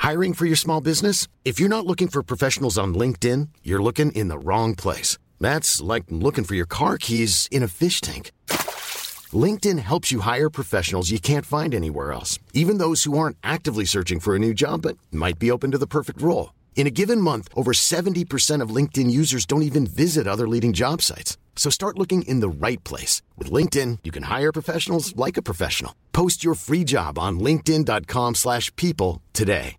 Hiring for your small business? If you're not looking for professionals on LinkedIn, you're looking in the wrong place. That's like looking for your car keys in a fish tank. LinkedIn helps you hire professionals you can't find anywhere else, even those who aren't actively searching for a new job but might be open to the perfect role. In a given month, over 70% of LinkedIn users don't even visit other leading job sites. So start looking in the right place. With LinkedIn, you can hire professionals like a professional. Post your free job on linkedin.com/people today.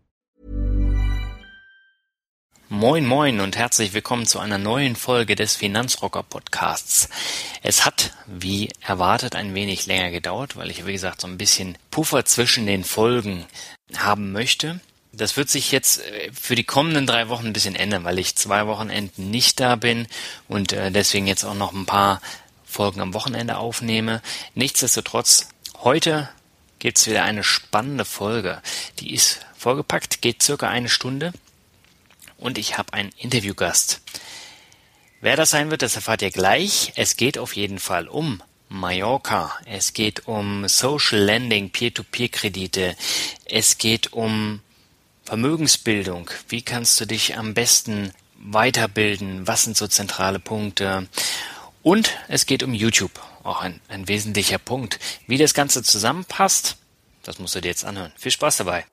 Moin moin und herzlich willkommen zu einer neuen Folge des Finanzrocker Podcasts. Es hat, wie erwartet, ein wenig länger gedauert, weil ich, wie gesagt, so ein bisschen Puffer zwischen den Folgen haben möchte. Das wird sich jetzt für die kommenden 3 Wochen ein bisschen ändern, weil ich 2 Wochenenden nicht da bin und deswegen jetzt auch noch ein paar Folgen am Wochenende aufnehme. Nichtsdestotrotz, heute gibt's wieder eine spannende Folge. Die ist vollgepackt, geht circa 1 Stunde und ich habe einen Interviewgast. Wer das sein wird, das erfahrt ihr gleich. Es geht auf jeden Fall um Mallorca. Es geht um Social Lending, Peer-to-Peer-Kredite. Es geht um Vermögensbildung, wie kannst du dich am besten weiterbilden, was sind so zentrale Punkte, und es geht um YouTube, auch ein wesentlicher Punkt. Wie das Ganze zusammenpasst, das musst du dir jetzt anhören. Viel Spaß dabei!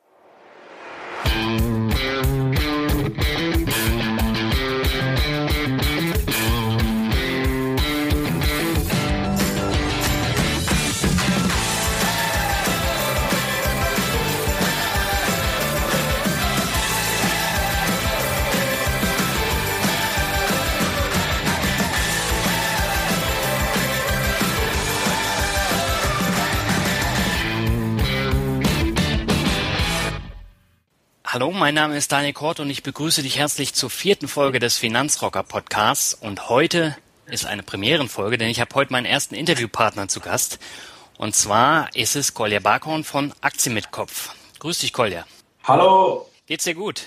Hallo, mein Name ist Daniel Kort und ich begrüße dich herzlich zur 4. Folge des Finanzrocker Podcasts. Und heute ist eine Premierenfolge, denn ich habe heute meinen ersten Interviewpartner zu Gast. Und zwar ist es Kolja Barkhorn von Aktien mit Kopf. Grüß dich, Kolja. Hallo. Geht's dir gut?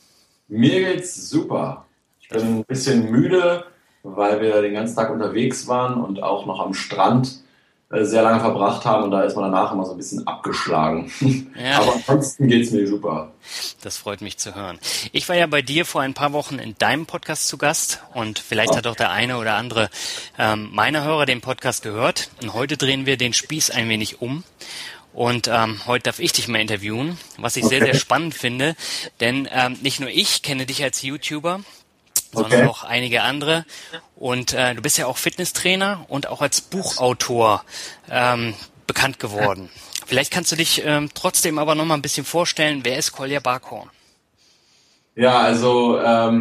Mir geht's super. Ich bin ein bisschen müde, weil wir den ganzen Tag unterwegs waren und auch noch am Strand sehr lange verbracht haben, und da ist man danach immer so ein bisschen abgeschlagen. Ja. Aber ansonsten geht's mir super. Das freut mich zu hören. Ich war ja bei dir vor ein paar Wochen in deinem Podcast zu Gast und vielleicht hat auch der eine oder andere meiner Hörer den Podcast gehört. Und heute drehen wir den Spieß ein wenig um. Und heute darf ich dich mal interviewen, was ich sehr, sehr spannend finde. Denn nicht nur ich kenne dich als YouTuber, sondern auch einige andere. Und du bist ja auch Fitnesstrainer und auch als Buchautor bekannt geworden. Vielleicht kannst du dich trotzdem aber noch mal ein bisschen vorstellen, wer ist Kolja Barkhorn? Ja, also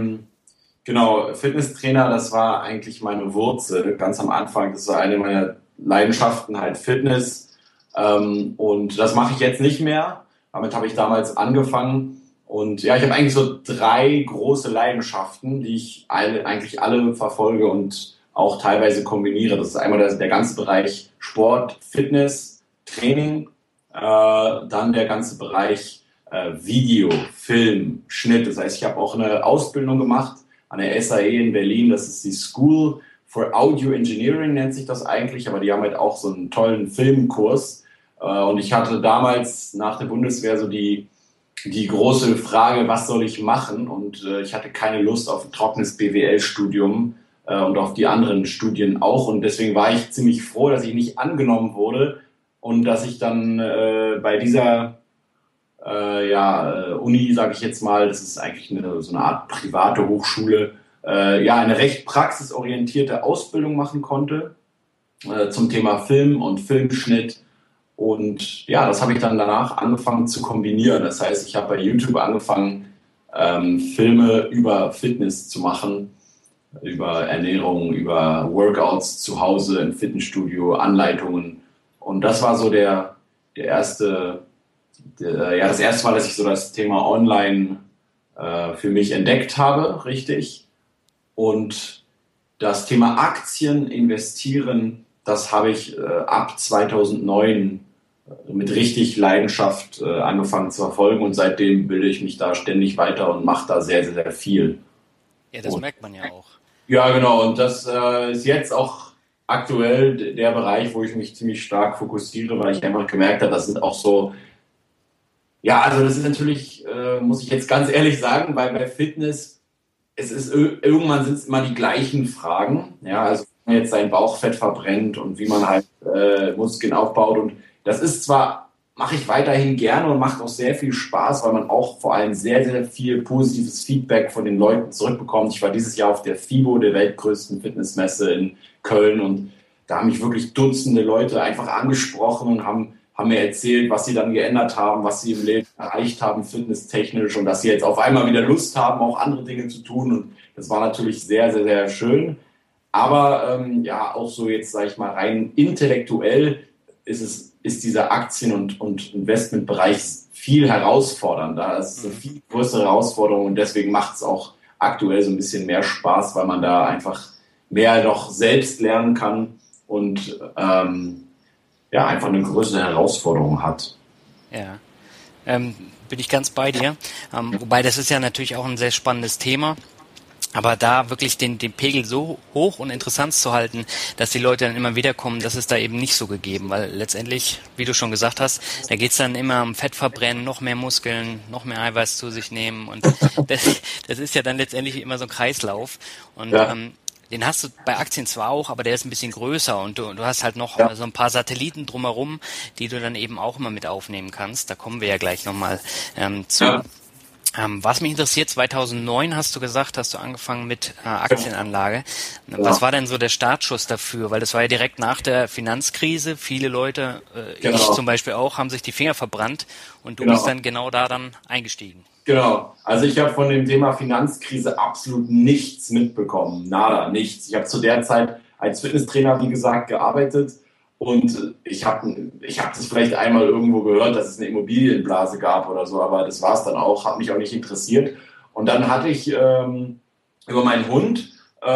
genau, Fitnesstrainer, das war eigentlich meine Wurzel ganz am Anfang. Das war eine meiner Leidenschaften, halt Fitness. Und das mache ich jetzt nicht mehr. Damit habe ich damals angefangen. Und ja, ich habe eigentlich so 3 große Leidenschaften, die ich eigentlich alle verfolge und auch teilweise kombiniere. Das ist einmal der ganze Bereich Sport, Fitness, Training, dann der ganze Bereich Video, Film, Schnitt. Das heißt, ich habe auch eine Ausbildung gemacht an der SAE in Berlin. Das ist die School for Audio Engineering, nennt sich das eigentlich. Aber die haben halt auch so einen tollen Filmkurs. Und ich hatte damals nach der Bundeswehr so die große Frage, was soll ich machen? Und ich hatte keine Lust auf ein trockenes BWL-Studium und auf die anderen Studien auch. Und deswegen war ich ziemlich froh, dass ich nicht angenommen wurde und dass ich dann bei dieser Uni, sage ich jetzt mal, das ist eigentlich so eine Art private Hochschule, eine recht praxisorientierte Ausbildung machen konnte zum Thema Film und Filmschnitt. Und ja, das habe ich dann danach angefangen zu kombinieren. Das heißt, ich habe bei YouTube angefangen, Filme über Fitness zu machen, über Ernährung, über Workouts zu Hause im Fitnessstudio, Anleitungen. Und das war so das erste Mal, dass ich so das Thema Online für mich entdeckt habe, richtig. Und das Thema Aktien, Investieren, das habe ich ab 2009 mit richtig Leidenschaft angefangen zu verfolgen, und seitdem bilde ich mich da ständig weiter und mache da sehr, sehr, sehr viel. Ja, das merkt man ja auch. Ja, genau, und das ist jetzt auch aktuell der Bereich, wo ich mich ziemlich stark fokussiere, weil ich einfach gemerkt habe, das sind auch so Ja, also das ist natürlich, muss ich jetzt ganz ehrlich sagen, bei Fitness, irgendwann sind es immer die gleichen Fragen. Ja, also wie man jetzt sein Bauchfett verbrennt und wie man halt Muskeln aufbaut. Und das ist zwar, mache ich weiterhin gerne und macht auch sehr viel Spaß, weil man auch vor allem sehr, sehr viel positives Feedback von den Leuten zurückbekommt. Ich war dieses Jahr auf der FIBO, der weltgrößten Fitnessmesse in Köln, und da haben mich wirklich Dutzende Leute einfach angesprochen und haben mir erzählt, was sie dann geändert haben, was sie im Leben erreicht haben, fitnesstechnisch, und dass sie jetzt auf einmal wieder Lust haben, auch andere Dinge zu tun. Und das war natürlich sehr, sehr, sehr schön. Aber ja, auch so jetzt, sage ich mal, rein intellektuell ist dieser Aktien- und Investmentbereich viel herausfordernder. Es ist eine viel größere Herausforderung, und deswegen macht es auch aktuell so ein bisschen mehr Spaß, weil man da einfach mehr noch selbst lernen kann und ja, einfach eine größere Herausforderung hat. Ja, bin ich ganz bei dir. Wobei das ist ja natürlich auch ein sehr spannendes Thema. Aber da wirklich den Pegel so hoch und interessant zu halten, dass die Leute dann immer wieder kommen, das ist da eben nicht so gegeben. Weil letztendlich, wie du schon gesagt hast, da geht's dann immer um Fettverbrennen, noch mehr Muskeln, noch mehr Eiweiß zu sich nehmen. Und das ist ja dann letztendlich immer so ein Kreislauf. Und Ja. den hast du bei Aktien zwar auch, aber der ist ein bisschen größer, und du hast halt noch so ein paar Satelliten drumherum, die du dann eben auch immer mit aufnehmen kannst. Da kommen wir ja gleich nochmal zu. Ja. Was mich interessiert, 2009 hast du gesagt, hast du angefangen mit Aktienanlage. Was war denn so der Startschuss dafür? Weil das war ja direkt nach der Finanzkrise. Viele Leute, ich zum Beispiel auch, haben sich die Finger verbrannt, und du bist dann genau da dann eingestiegen. Genau. Also ich habe von dem Thema Finanzkrise absolut nichts mitbekommen. Nada, nichts. Ich habe zu der Zeit als Fitnesstrainer, wie gesagt, gearbeitet, und ich hab das vielleicht einmal irgendwo gehört, dass es eine Immobilienblase gab oder so, aber das war es dann auch, hat mich auch nicht interessiert. Und dann hatte ich über meinen Hund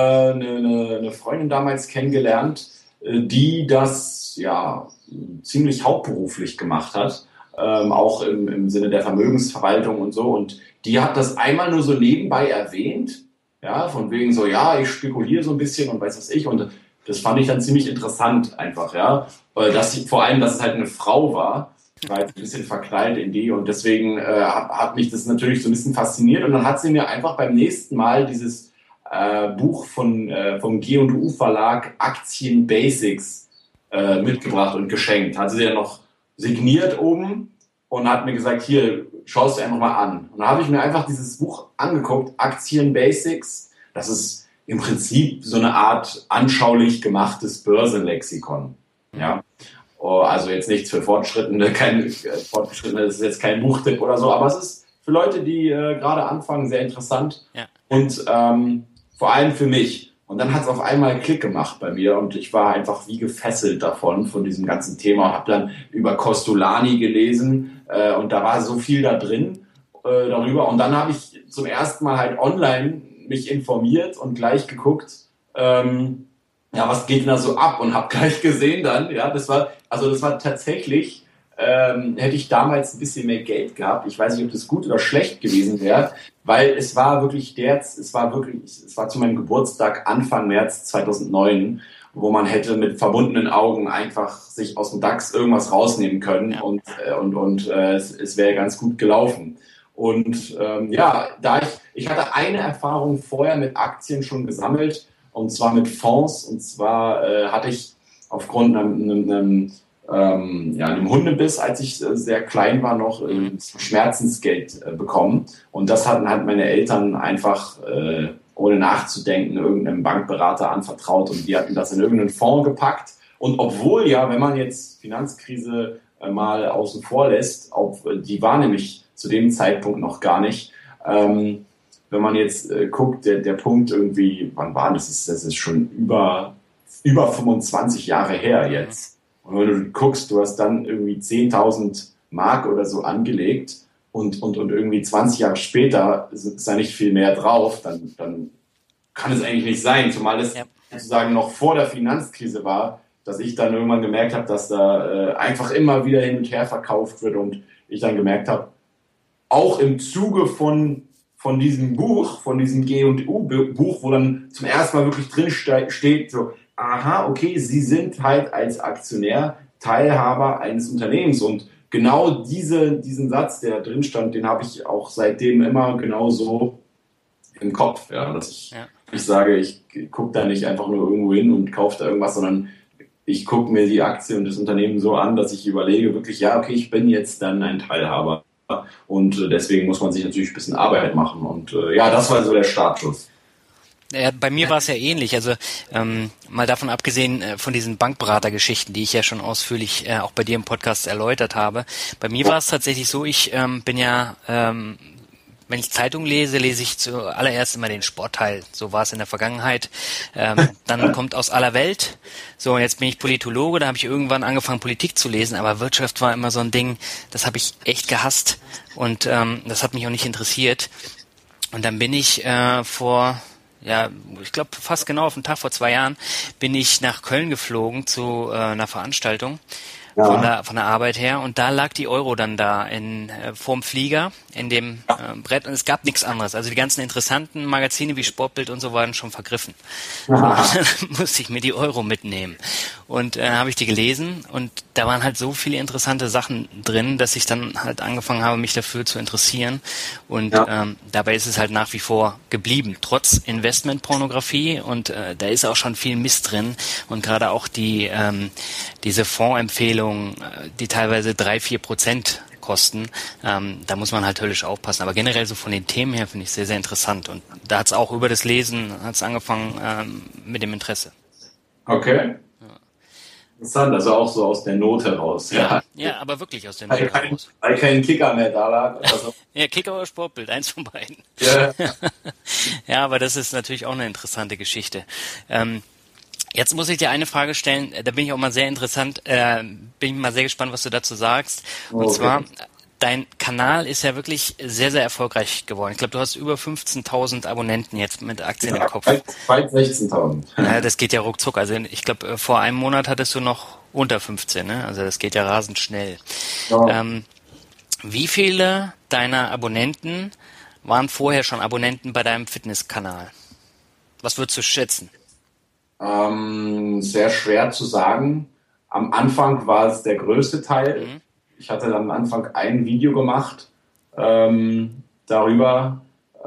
eine Freundin damals kennengelernt, die das ja ziemlich hauptberuflich gemacht hat. Auch im Sinne der Vermögensverwaltung und so. Und die hat das einmal nur so nebenbei erwähnt, ja, von wegen so, ja, ich spekuliere so ein bisschen und weiß was ich. Und das fand ich dann ziemlich interessant einfach, ja. Weil vor allem, dass es halt eine Frau war, war jetzt ein bisschen verknallt in die, und deswegen hat mich das natürlich so ein bisschen fasziniert. Und dann hat sie mir einfach beim nächsten Mal dieses Buch vom G&U Verlag Aktien Basics mitgebracht und geschenkt. Hat sie ja noch signiert oben und hat mir gesagt, hier, schau es dir einfach mal an. Und da habe ich mir einfach dieses Buch angeguckt, Aktien Basics. Das ist im Prinzip so eine Art anschaulich gemachtes Börsenlexikon. Ja. Also jetzt nichts für Fortschrittende, das ist jetzt kein Buchtipp oder so, aber es ist für Leute, die gerade anfangen, sehr interessant. Ja. Und vor allem für mich. Und dann hat es auf einmal Klick gemacht bei mir, und ich war einfach wie gefesselt von diesem ganzen Thema, und habe dann über Costolani gelesen, und da war so viel da drin darüber. Und dann habe ich zum ersten Mal halt online mich informiert und gleich geguckt, ja, was geht denn da so ab, und habe gleich gesehen dann, ja, das war tatsächlich, hätte ich damals ein bisschen mehr Geld gehabt, ich weiß nicht, ob das gut oder schlecht gewesen wäre, weil es war zu meinem Geburtstag Anfang März 2009, wo man hätte mit verbundenen Augen einfach sich aus dem DAX irgendwas rausnehmen können, und es wäre ganz gut gelaufen. Und ja, ich hatte eine Erfahrung vorher mit Aktien schon gesammelt, und zwar mit Fonds. Und zwar hatte ich aufgrund einem Hundebiss, als ich sehr klein war, noch Schmerzensgeld bekommen. Und das hatten halt meine Eltern einfach ohne nachzudenken irgendeinem Bankberater anvertraut, und die hatten das in irgendeinen Fonds gepackt. Und obwohl ja, wenn man jetzt Finanzkrise mal außen vor lässt, die war nämlich zu dem Zeitpunkt noch gar nicht. Wenn man jetzt guckt, der Punkt irgendwie, wann war das? Das ist schon über 25 Jahre her jetzt. Und wenn du guckst, du hast dann irgendwie 10.000 Mark oder so angelegt, und irgendwie 20 Jahre später ist da nicht viel mehr drauf, dann kann es eigentlich nicht sein. Zumal es sozusagen noch vor der Finanzkrise war, dass ich dann irgendwann gemerkt habe, dass da einfach immer wieder hin und her verkauft wird, und ich dann gemerkt habe, auch im Zuge von diesem Buch, von diesem G&U-Buch, wo dann zum ersten Mal wirklich drin steht, so, aha, okay, Sie sind halt als Aktionär Teilhaber eines Unternehmens, und genau diesen Satz, der drin stand, den habe ich auch seitdem immer genau so im Kopf, ja, dass ich sage, ich gucke da nicht einfach nur irgendwo hin und kaufe da irgendwas, sondern ich gucke mir die Aktie und das Unternehmen so an, dass ich überlege wirklich, ja, okay, ich bin jetzt dann ein Teilhaber und deswegen muss man sich natürlich ein bisschen Arbeit machen und das war so der Startschuss. Ja, bei mir war es ja ähnlich. Also mal davon abgesehen von diesen Bankberatergeschichten, die ich ja schon ausführlich auch bei dir im Podcast erläutert habe. Bei mir war es tatsächlich so, ich bin ja, wenn ich Zeitung lese ich zuallererst immer den Sportteil. So war es in der Vergangenheit. Dann kommt aus aller Welt. So, und jetzt bin ich Politologe, da habe ich irgendwann angefangen, Politik zu lesen, aber Wirtschaft war immer so ein Ding, das habe ich echt gehasst. Und das hat mich auch nicht interessiert. Und dann bin ich ich glaube fast genau auf den Tag vor 2 Jahren bin ich nach Köln geflogen zu einer Veranstaltung von der Arbeit her und da lag die Euro dann da vorm Flieger in dem Brett und es gab nichts anderes. Also die ganzen interessanten Magazine wie Sportbild und so waren schon vergriffen. Dann musste ich mir die Euro mitnehmen und habe ich die gelesen und da waren halt so viele interessante Sachen drin, dass ich dann halt angefangen habe, mich dafür zu interessieren und dabei ist es halt nach wie vor geblieben, trotz Investmentpornografie und da ist auch schon viel Mist drin und gerade auch diese Fondsempfehlungen, die teilweise 3-4% kosten, da muss man halt höllisch aufpassen. Aber generell so von den Themen her finde ich sehr, sehr interessant. Und da hat es auch über das Lesen angefangen mit dem Interesse. Okay. Interessant, also auch so aus der Not heraus. Ja, aber wirklich aus der Not heraus. Weil kein Kicker mehr da lag. Also. Ja, Kicker oder Sportbild, eins von beiden. Ja. Ja, aber das ist natürlich auch eine interessante Geschichte. Jetzt muss ich dir eine Frage stellen, da bin ich auch mal sehr bin ich mal sehr gespannt, was du dazu sagst. Und zwar, dein Kanal ist ja wirklich sehr, sehr erfolgreich geworden. Ich glaube, du hast über 15.000 Abonnenten jetzt mit Aktien im Kopf. Bald 16.000. Ja, das geht ja ruckzuck. Also ich glaube, vor einem Monat hattest du noch unter 15, ne? Also das geht ja rasend schnell. Ja. Wie viele deiner Abonnenten waren vorher schon Abonnenten bei deinem Fitnesskanal? Was würdest du schätzen? Sehr schwer zu sagen. Am Anfang war es der größte Teil. Mhm. Ich hatte dann am Anfang ein Video gemacht darüber,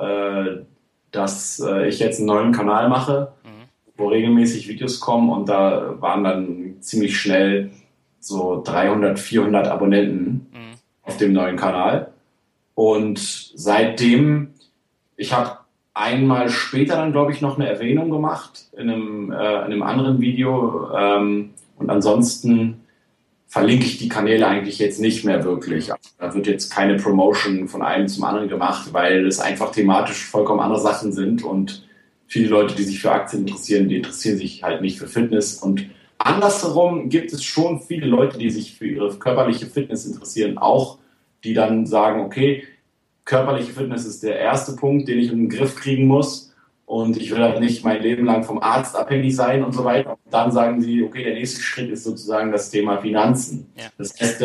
dass ich jetzt einen neuen Kanal mache, wo regelmäßig Videos kommen und da waren dann ziemlich schnell so 300, 400 Abonnenten auf dem neuen Kanal. Und seitdem, ich habe einmal später dann, glaube ich, noch eine Erwähnung gemacht in einem anderen Video. Und ansonsten verlinke ich die Kanäle eigentlich jetzt nicht mehr wirklich. Da wird jetzt keine Promotion von einem zum anderen gemacht, weil es einfach thematisch vollkommen andere Sachen sind. Und viele Leute, die sich für Aktien interessieren, die interessieren sich halt nicht für Fitness. Und andersherum gibt es schon viele Leute, die sich für ihre körperliche Fitness interessieren, auch die dann sagen, okay, körperliche Fitness ist der erste Punkt, den ich in den Griff kriegen muss und ich will halt nicht mein Leben lang vom Arzt abhängig sein und so weiter. Und dann sagen sie, okay, der nächste Schritt ist sozusagen das Thema Finanzen. Ja. Das heißt,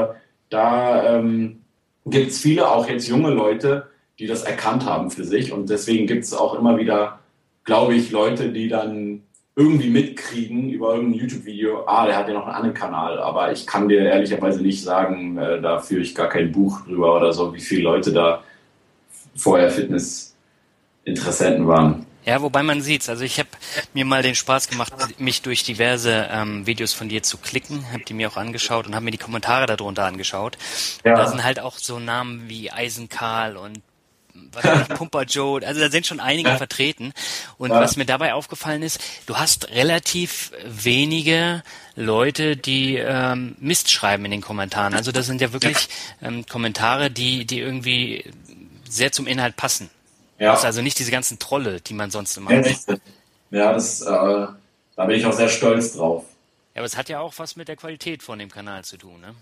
da gibt es viele, auch jetzt junge Leute, die das erkannt haben für sich und deswegen gibt es auch immer wieder, glaube ich, Leute, die dann irgendwie mitkriegen über irgendein YouTube-Video, der hat ja noch einen anderen Kanal, aber ich kann dir ehrlicherweise nicht sagen, da führe ich gar kein Buch drüber oder so, wie viele Leute da vorher Fitness-Interessenten waren. Ja, wobei man sieht's. Also ich habe mir mal den Spaß gemacht, mich durch diverse Videos von dir zu klicken, habe die mir auch angeschaut und habe mir die Kommentare darunter angeschaut. Ja. Da sind halt auch so Namen wie Eisenkarl und Pumper Joe, also da sind schon einige vertreten und was mir dabei aufgefallen ist, du hast relativ wenige Leute, die Mist schreiben in den Kommentaren, also das sind ja wirklich Kommentare, die irgendwie sehr zum Inhalt passen. Ja. Das ist also nicht diese ganzen Trolle, die man sonst immer hat. Ja, da bin ich auch sehr stolz drauf. Ja, aber es hat ja auch was mit der Qualität von dem Kanal zu tun, ne?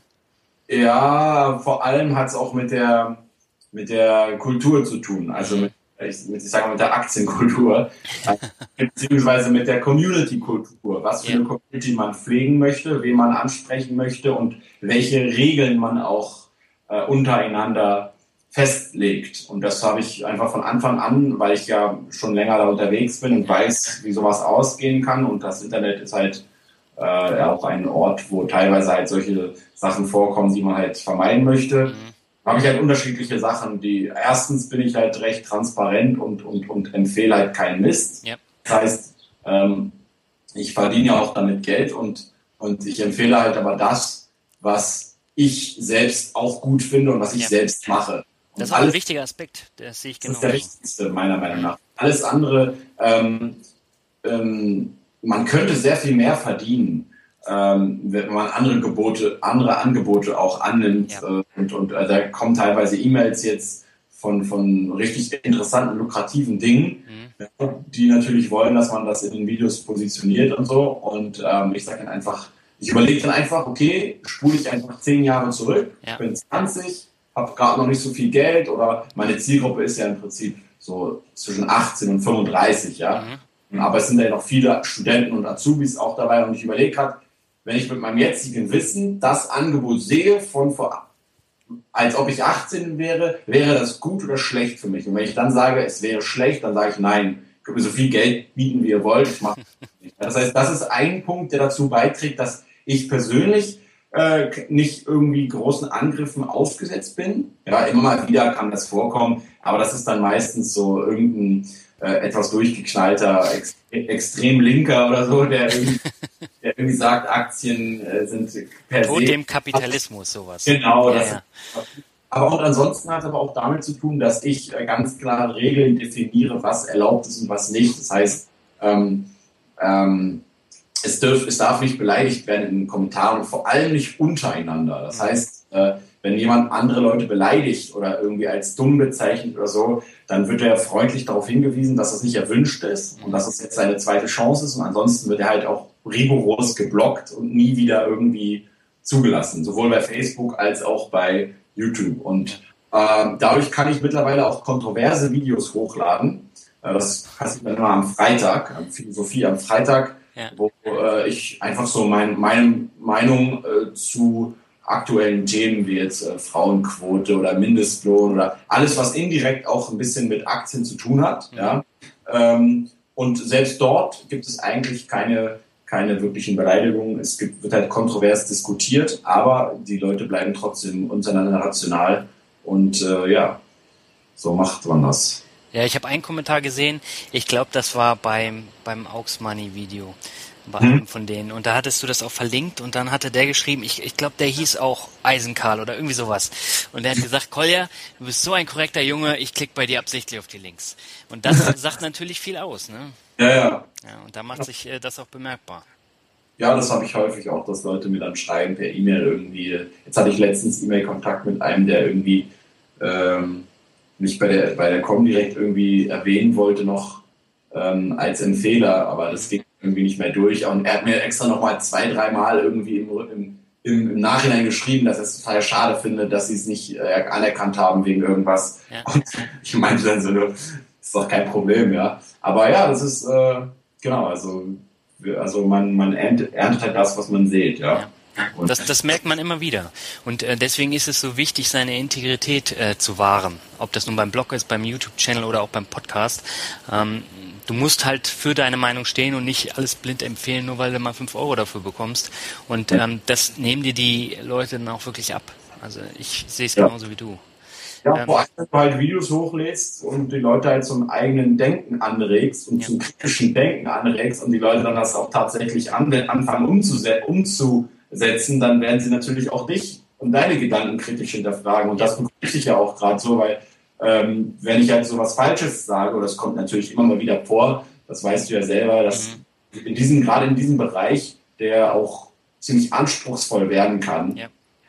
Ja, vor allem hat es auch mit der Kultur zu tun, also ich sage mal mit der Aktienkultur, beziehungsweise mit der Community-Kultur, was für eine Community man pflegen möchte, wen man ansprechen möchte und welche Regeln man auch untereinander festlegt. Und das habe ich einfach von Anfang an, weil ich ja schon länger da unterwegs bin und weiß, wie sowas ausgehen kann und das Internet ist halt ja auch ein Ort, wo teilweise halt solche Sachen vorkommen, die man halt vermeiden möchte. Da habe ich halt unterschiedliche Sachen. Erstens bin ich halt recht transparent und empfehle halt keinen Mist. Ja. Das heißt, ich verdiene ja auch damit Geld und ich empfehle halt aber das, was ich selbst auch gut finde und was ich selbst mache. Und das ist auch ein wichtiger Aspekt, das sehe ich genau. Das ist der wichtigste, meiner Meinung nach. Alles andere, man könnte sehr viel mehr verdienen, wenn man andere Angebote auch annimmt. Ja. Und da kommen teilweise E-Mails jetzt von richtig interessanten, lukrativen Dingen, die natürlich wollen, dass man das in den Videos positioniert und so. Und ich sage dann einfach, ich überlege dann einfach, okay, spule ich einfach 10 Jahre zurück, ich bin 20, habe gerade noch nicht so viel Geld oder meine Zielgruppe ist ja im Prinzip so zwischen 18 und 35, ja. Aber es sind ja noch viele Studenten und Azubis auch dabei und ich überlege gerade, wenn ich mit meinem jetzigen Wissen das Angebot sehe als ob ich 18 wäre das gut oder schlecht für mich? Und wenn ich dann sage, es wäre schlecht, dann sage ich nein, ihr könnt mir so viel Geld bieten, wie ihr wollt, ich mache das nicht. Das heißt, das ist ein Punkt, der dazu beiträgt, dass ich persönlich nicht irgendwie großen Angriffen ausgesetzt bin. Ja, immer mal wieder kann das vorkommen, aber das ist dann meistens so irgendein etwas durchgeknallter, extrem Linker oder so, der irgendwie sagt, Aktien sind per se... Tod dem Kapitalismus, sowas. Genau. Aber auch ansonsten hat es aber auch damit zu tun, dass ich ganz klar Regeln definiere, was erlaubt ist und was nicht. Das heißt, es darf nicht beleidigt werden in den Kommentaren und vor allem nicht untereinander. Das heißt, wenn jemand andere Leute beleidigt oder irgendwie als dumm bezeichnet oder so, dann wird er freundlich darauf hingewiesen, dass das nicht erwünscht ist und dass es jetzt seine zweite Chance ist. Und ansonsten wird er halt auch rigoros geblockt und nie wieder irgendwie zugelassen, sowohl bei Facebook als auch bei YouTube. Und dadurch kann ich mittlerweile auch kontroverse Videos hochladen. Das passiert dann immer am Freitag, Philosophie am Freitag, wo ich einfach so meine Meinung zu aktuellen Themen wie jetzt Frauenquote oder Mindestlohn oder alles, was indirekt auch ein bisschen mit Aktien zu tun hat. Ja. Und selbst dort gibt es eigentlich keine wirklichen Beleidigungen. Wird halt kontrovers diskutiert, aber die Leute bleiben trotzdem untereinander rational und so macht man das. Ja, ich habe einen Kommentar gesehen, ich glaube, das war beim Aux Money Video, bei einem von denen. Und da hattest du das auch verlinkt und dann hatte der geschrieben, ich glaube, der hieß auch Eisenkarl oder irgendwie sowas. Und der hat gesagt, Kolja, du bist so ein korrekter Junge, ich klicke bei dir absichtlich auf die Links. Und das sagt natürlich viel aus, ne? Ja. Und da macht sich das auch bemerkbar. Ja, das habe ich häufig auch, dass Leute mir dann schreiben per E-Mail irgendwie. Jetzt hatte ich letztens E-Mail-Kontakt mit einem, der irgendwie mich bei der Comdirect irgendwie erwähnen wollte noch als Empfehler, aber das ging irgendwie nicht mehr durch. Und er hat mir extra nochmal 2-3 Mal irgendwie im Nachhinein geschrieben, dass er es total schade findet, dass sie es nicht anerkannt haben wegen irgendwas. Ja. Und ich meinte dann so, das ist doch kein Problem, ja. Aber ja, das ist, genau, also man erntet halt das, was man sieht, ja. Das merkt man immer wieder. Und deswegen ist es so wichtig, seine Integrität zu wahren. Ob das nun beim Blog ist, beim YouTube-Channel oder auch beim Podcast. Du musst halt für deine Meinung stehen und nicht alles blind empfehlen, nur weil du mal 5 € dafür bekommst. Und das nehmen dir die Leute dann auch wirklich ab. Also ich sehe es genauso wie du. Ja, vor allem, wenn du halt Videos hochlädst und die Leute halt zum eigenen Denken anregst und zum kritischen Denken anregst und die Leute dann das auch tatsächlich anfangen umzusetzen, dann werden sie natürlich auch dich und deine Gedanken kritisch hinterfragen. Und das begrüße ich ja auch gerade so, weil wenn ich halt so was Falsches sage, oder das kommt natürlich immer mal wieder vor, das weißt du ja selber, dass gerade in diesem Bereich, der auch ziemlich anspruchsvoll werden kann,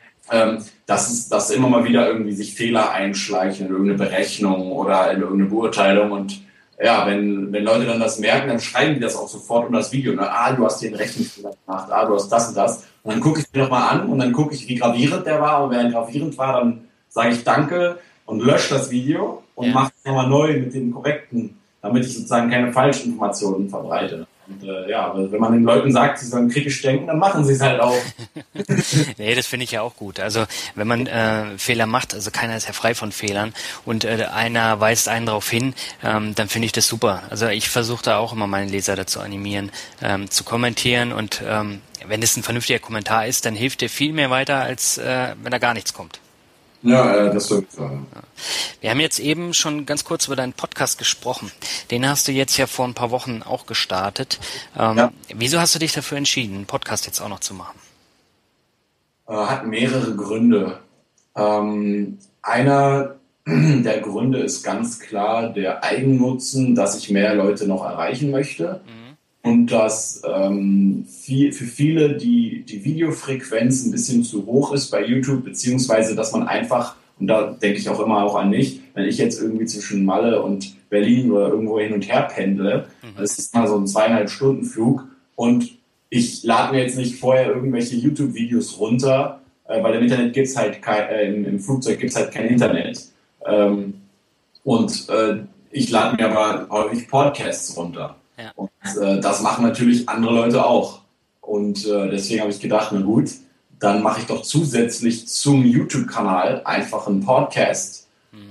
dass immer mal wieder irgendwie sich Fehler einschleichen in irgendeine Berechnung oder in irgendeine Beurteilung. Und ja, wenn Leute dann das merken, dann schreiben die das auch sofort unter das Video. Du hast hier einen Rechenfehler gemacht, du hast das und das. Und dann gucke ich mir nochmal an und dann gucke ich, wie gravierend der war. Und wenn er gravierend war, dann sage ich Danke und lösche das Video und mache es nochmal neu mit den korrekten, damit ich sozusagen keine Falschinformationen verbreite. Und, aber wenn man den Leuten sagt, sie sollen kritisch denken, dann machen sie es halt auch. Nee, das finde ich ja auch gut. Also wenn man Fehler macht, also keiner ist ja frei von Fehlern und einer weist einen darauf hin, dann finde ich das super. Also ich versuche da auch immer meine Leser dazu animieren, zu kommentieren und wenn es ein vernünftiger Kommentar ist, dann hilft dir viel mehr weiter, als wenn da gar nichts kommt. Ja, das würde ich sagen. Wir haben jetzt eben schon ganz kurz über deinen Podcast gesprochen. Den hast du jetzt ja vor ein paar Wochen auch gestartet. Wieso hast du dich dafür entschieden, einen Podcast jetzt auch noch zu machen? Hat mehrere Gründe. Einer der Gründe ist ganz klar der Eigennutzen, dass ich mehr Leute noch erreichen möchte. Und dass für viele die Videofrequenz ein bisschen zu hoch ist bei YouTube, beziehungsweise dass man einfach, und da denke ich auch immer auch an mich, wenn ich jetzt irgendwie zwischen Malle und Berlin oder irgendwo hin und her pendle, das ist mal so ein 2,5-Stunden-Flug und ich lade mir jetzt nicht vorher irgendwelche YouTube-Videos runter, weil im Internet gibt's halt im Flugzeug gibt's halt kein Internet. Ich lade mir aber häufig Podcasts runter. Ja. Und das machen natürlich andere Leute auch. Und deswegen habe ich gedacht, na gut, dann mache ich doch zusätzlich zum YouTube-Kanal einfach einen Podcast,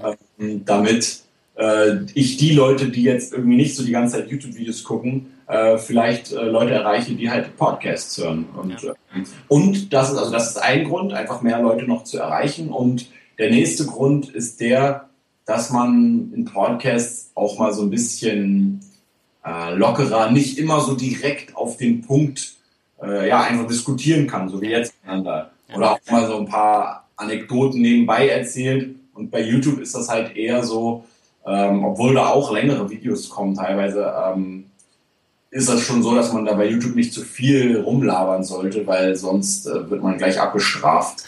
damit ich die Leute, die jetzt irgendwie nicht so die ganze Zeit YouTube-Videos gucken, vielleicht Leute erreiche, die halt Podcasts hören. Und das ist ein Grund, einfach mehr Leute noch zu erreichen. Und der nächste Grund ist der, dass man in Podcasts auch mal so ein bisschen lockerer, nicht immer so direkt auf den Punkt einfach diskutieren kann, so wie jetzt miteinander. Oder auch mal so ein paar Anekdoten nebenbei erzählt. Und bei YouTube ist das halt eher so, obwohl da auch längere Videos kommen teilweise, ist das schon so, dass man da bei YouTube nicht zu viel rumlabern sollte, weil sonst wird man gleich abgestraft.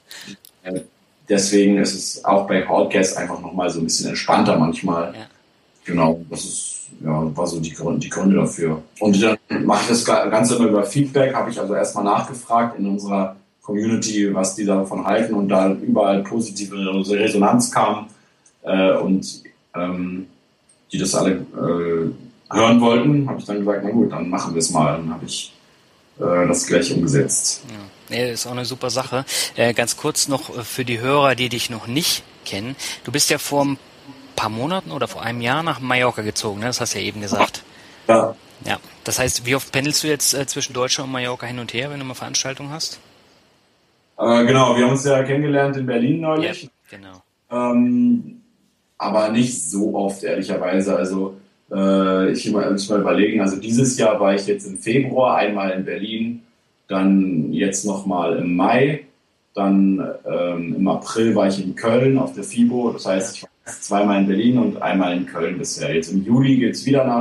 Deswegen ist es auch bei Podcasts einfach nochmal so ein bisschen entspannter manchmal. Ja. Genau, das ist war so die Gründe dafür. Und dann mache ich das Ganze immer über Feedback, habe ich also erstmal nachgefragt in unserer Community, was die davon halten und da überall positive Resonanz kam und die das alle hören wollten, habe ich dann gesagt, na gut, dann machen wir es mal. Dann habe ich das gleich umgesetzt. Ja. Nee, das ist auch eine super Sache. Ganz kurz noch für die Hörer, die dich noch nicht kennen. Du bist ja vor ein paar Monaten oder vor einem Jahr nach Mallorca gezogen, ne? Das hast du ja eben gesagt. Ja. Ja. Das heißt, wie oft pendelst du jetzt zwischen Deutschland und Mallorca hin und her, wenn du mal Veranstaltungen hast? Genau, wir haben uns ja kennengelernt in Berlin neulich. Ja, genau. Aber nicht so oft, ehrlicherweise. Also ich muss mal überlegen, also dieses Jahr war ich jetzt im Februar einmal in Berlin, dann jetzt nochmal im Mai, dann im April war ich in Köln auf der FIBO, das heißt, ich war zweimal in Berlin und einmal in Köln bisher. Jetzt im Juli geht es wieder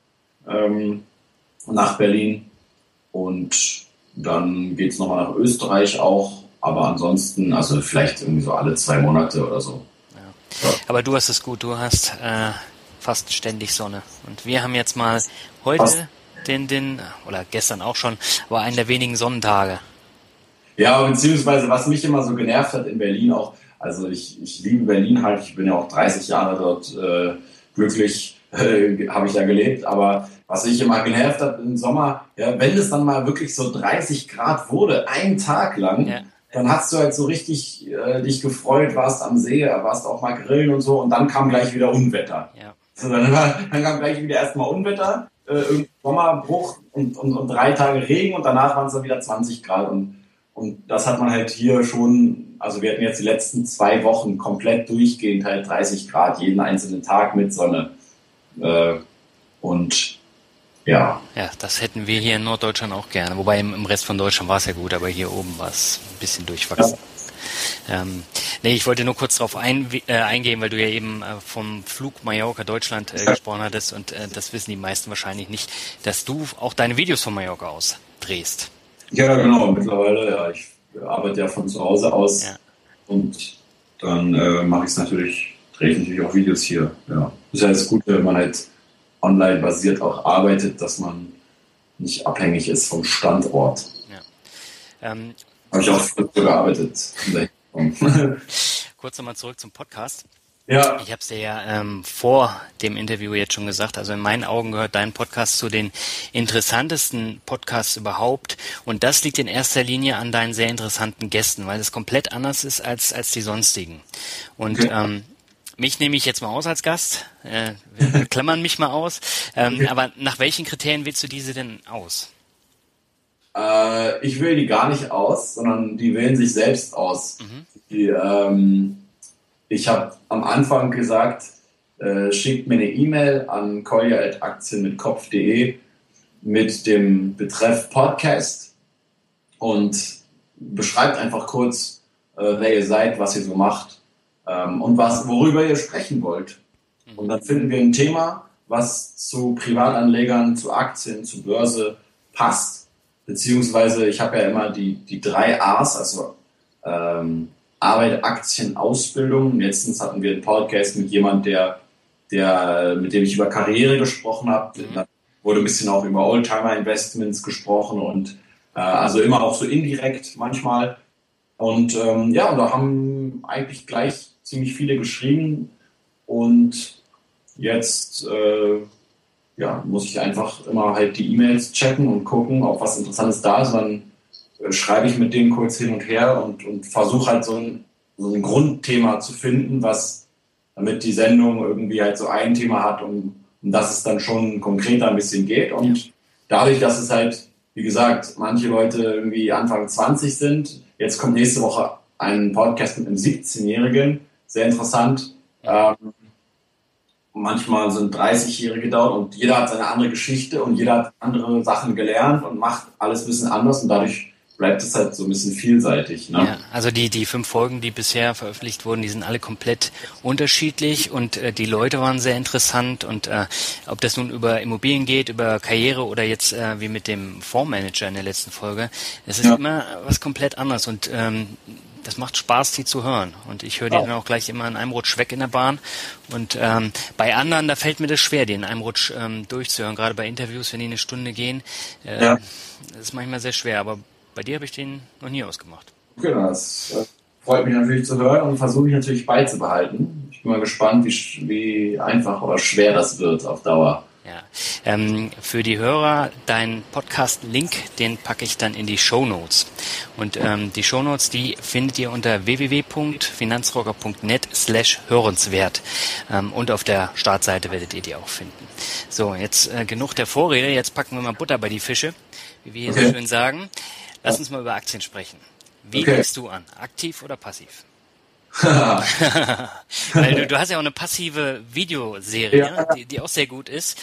nach Berlin und dann geht es nochmal nach Österreich auch, aber ansonsten, also vielleicht irgendwie so alle 2 Monate oder so. Ja. Aber du hast es gut, du hast fast ständig Sonne und wir haben jetzt mal heute oder gestern auch schon, war einen der wenigen Sonnentage. Ja, beziehungsweise was mich immer so genervt hat in Berlin auch, also ich liebe Berlin halt, ich bin ja auch 30 Jahre dort glücklich, habe ich da gelebt, aber was mich immer genervt hat im Sommer, ja, wenn es dann mal wirklich so 30 Grad wurde, einen Tag lang, dann hast du halt so richtig dich gefreut, warst am See, warst auch mal grillen und so und dann kam gleich wieder Unwetter. Ja. Also dann kam gleich wieder erstmal Unwetter, irgendein Sommerbruch und 3 Tage Regen und danach waren es dann wieder 20 Grad und das hat man halt hier schon, also wir hatten jetzt die letzten 2 Wochen komplett durchgehend halt 30 Grad, jeden einzelnen Tag mit Sonne. Und ja. Ja, das hätten wir hier in Norddeutschland auch gerne. Wobei im Rest von Deutschland war es ja gut, aber hier oben war es ein bisschen durchwachsen. Ja. Ich wollte nur kurz darauf eingehen, weil du ja eben vom Flug Mallorca Deutschland gesprochen hattest und das wissen die meisten wahrscheinlich nicht, dass du auch deine Videos von Mallorca aus drehst. Ja, genau, mittlerweile, ja. Ich arbeite ja von zu Hause aus und dann drehe ich natürlich auch Videos hier. Ja. Das ist ja das Gute, wenn man halt online basiert auch arbeitet, dass man nicht abhängig ist vom Standort. Ja. Habe ich auch früher gearbeitet. Kurz nochmal zurück zum Podcast. Ja. Ich habe es dir ja vor dem Interview jetzt schon gesagt, also in meinen Augen gehört dein Podcast zu den interessantesten Podcasts überhaupt, und das liegt in erster Linie an deinen sehr interessanten Gästen, weil es komplett anders ist als die sonstigen. Und Okay. mich nehme ich jetzt mal aus als Gast, wir klammern mich mal aus, aber nach welchen Kriterien wählst du diese denn aus? Ich wähle die gar nicht aus, sondern die wählen sich selbst aus. Mhm. Ich habe am Anfang gesagt, schickt mir eine E-Mail an kolja@aktienmitkopf.de mit dem Betreff Podcast und beschreibt einfach kurz, wer ihr seid, was ihr so macht, und worüber ihr sprechen wollt. Und dann finden wir ein Thema, was zu Privatanlegern, zu Aktien, zu Börse passt. Beziehungsweise ich habe ja immer die drei A's, also Arbeit, Aktien, Ausbildung. Letztens hatten wir einen Podcast mit jemand, mit dem ich über Karriere gesprochen habe. Da wurde ein bisschen auch über Oldtimer-Investments gesprochen und also immer auch so indirekt manchmal. Und und da haben eigentlich gleich ziemlich viele geschrieben. Und jetzt muss ich einfach immer halt die E-Mails checken und gucken, ob was Interessantes da ist. Dann schreibe ich mit denen kurz hin und her und versuche halt so ein Grundthema zu finden, damit die Sendung irgendwie halt so ein Thema hat und dass es dann schon konkreter ein bisschen geht. Und dadurch, dass es halt, wie gesagt, manche Leute irgendwie Anfang 20 sind, jetzt kommt nächste Woche ein Podcast mit einem 17-Jährigen, sehr interessant. Manchmal sind 30-Jährige da und jeder hat seine andere Geschichte und jeder hat andere Sachen gelernt und macht alles ein bisschen anders und dadurch bleibt es halt so ein bisschen vielseitig. Ne? Ja, also die 5 Folgen, die bisher veröffentlicht wurden, die sind alle komplett unterschiedlich und die Leute waren sehr interessant und ob das nun über Immobilien geht, über Karriere oder jetzt wie mit dem Fondsmanager in der letzten Folge, es ist immer was komplett anderes und das macht Spaß, die zu hören. Und ich höre die dann auch gleich immer in einem Rutsch weg in der Bahn. Und bei anderen, da fällt mir das schwer, die in einem Rutsch durchzuhören. Gerade bei Interviews, wenn die eine Stunde gehen, das ist manchmal sehr schwer. Aber bei dir habe ich den noch nie ausgemacht. Genau, das freut mich natürlich zu hören und versuche ich natürlich beizubehalten. Ich bin mal gespannt, wie einfach oder schwer das wird auf Dauer. Ja, für die Hörer, dein Podcast-Link, den packe ich dann in die Shownotes. Und die Shownotes, die findet ihr unter www.finanzrocker.net/hörenswert. Und auf der Startseite werdet ihr die auch finden. So, jetzt genug der Vorrede, jetzt packen wir mal Butter bei die Fische, wie wir hier so schön sagen. Lass uns mal über Aktien sprechen. Wie legst du an? Aktiv oder passiv? Weil du hast ja auch eine passive Videoserie, die auch sehr gut ist.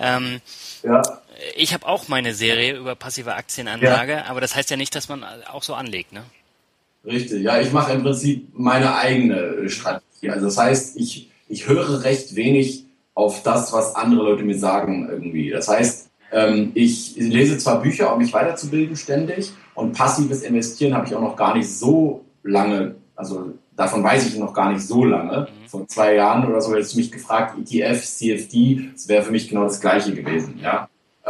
Ich habe auch meine Serie über passive Aktienanlage, aber das heißt ja nicht, dass man auch so anlegt, ne? Richtig, ja, ich mache im Prinzip meine eigene Strategie. Also das heißt, ich höre recht wenig auf das, was andere Leute mir sagen irgendwie. Das heißt, ich lese zwar Bücher, um mich weiterzubilden ständig, und passives Investieren habe ich auch noch gar nicht so lange, also davon weiß ich noch gar nicht so lange. Vor 2 Jahren oder so hättest du mich gefragt, ETF, CFD, das wäre für mich genau das Gleiche gewesen. Ja?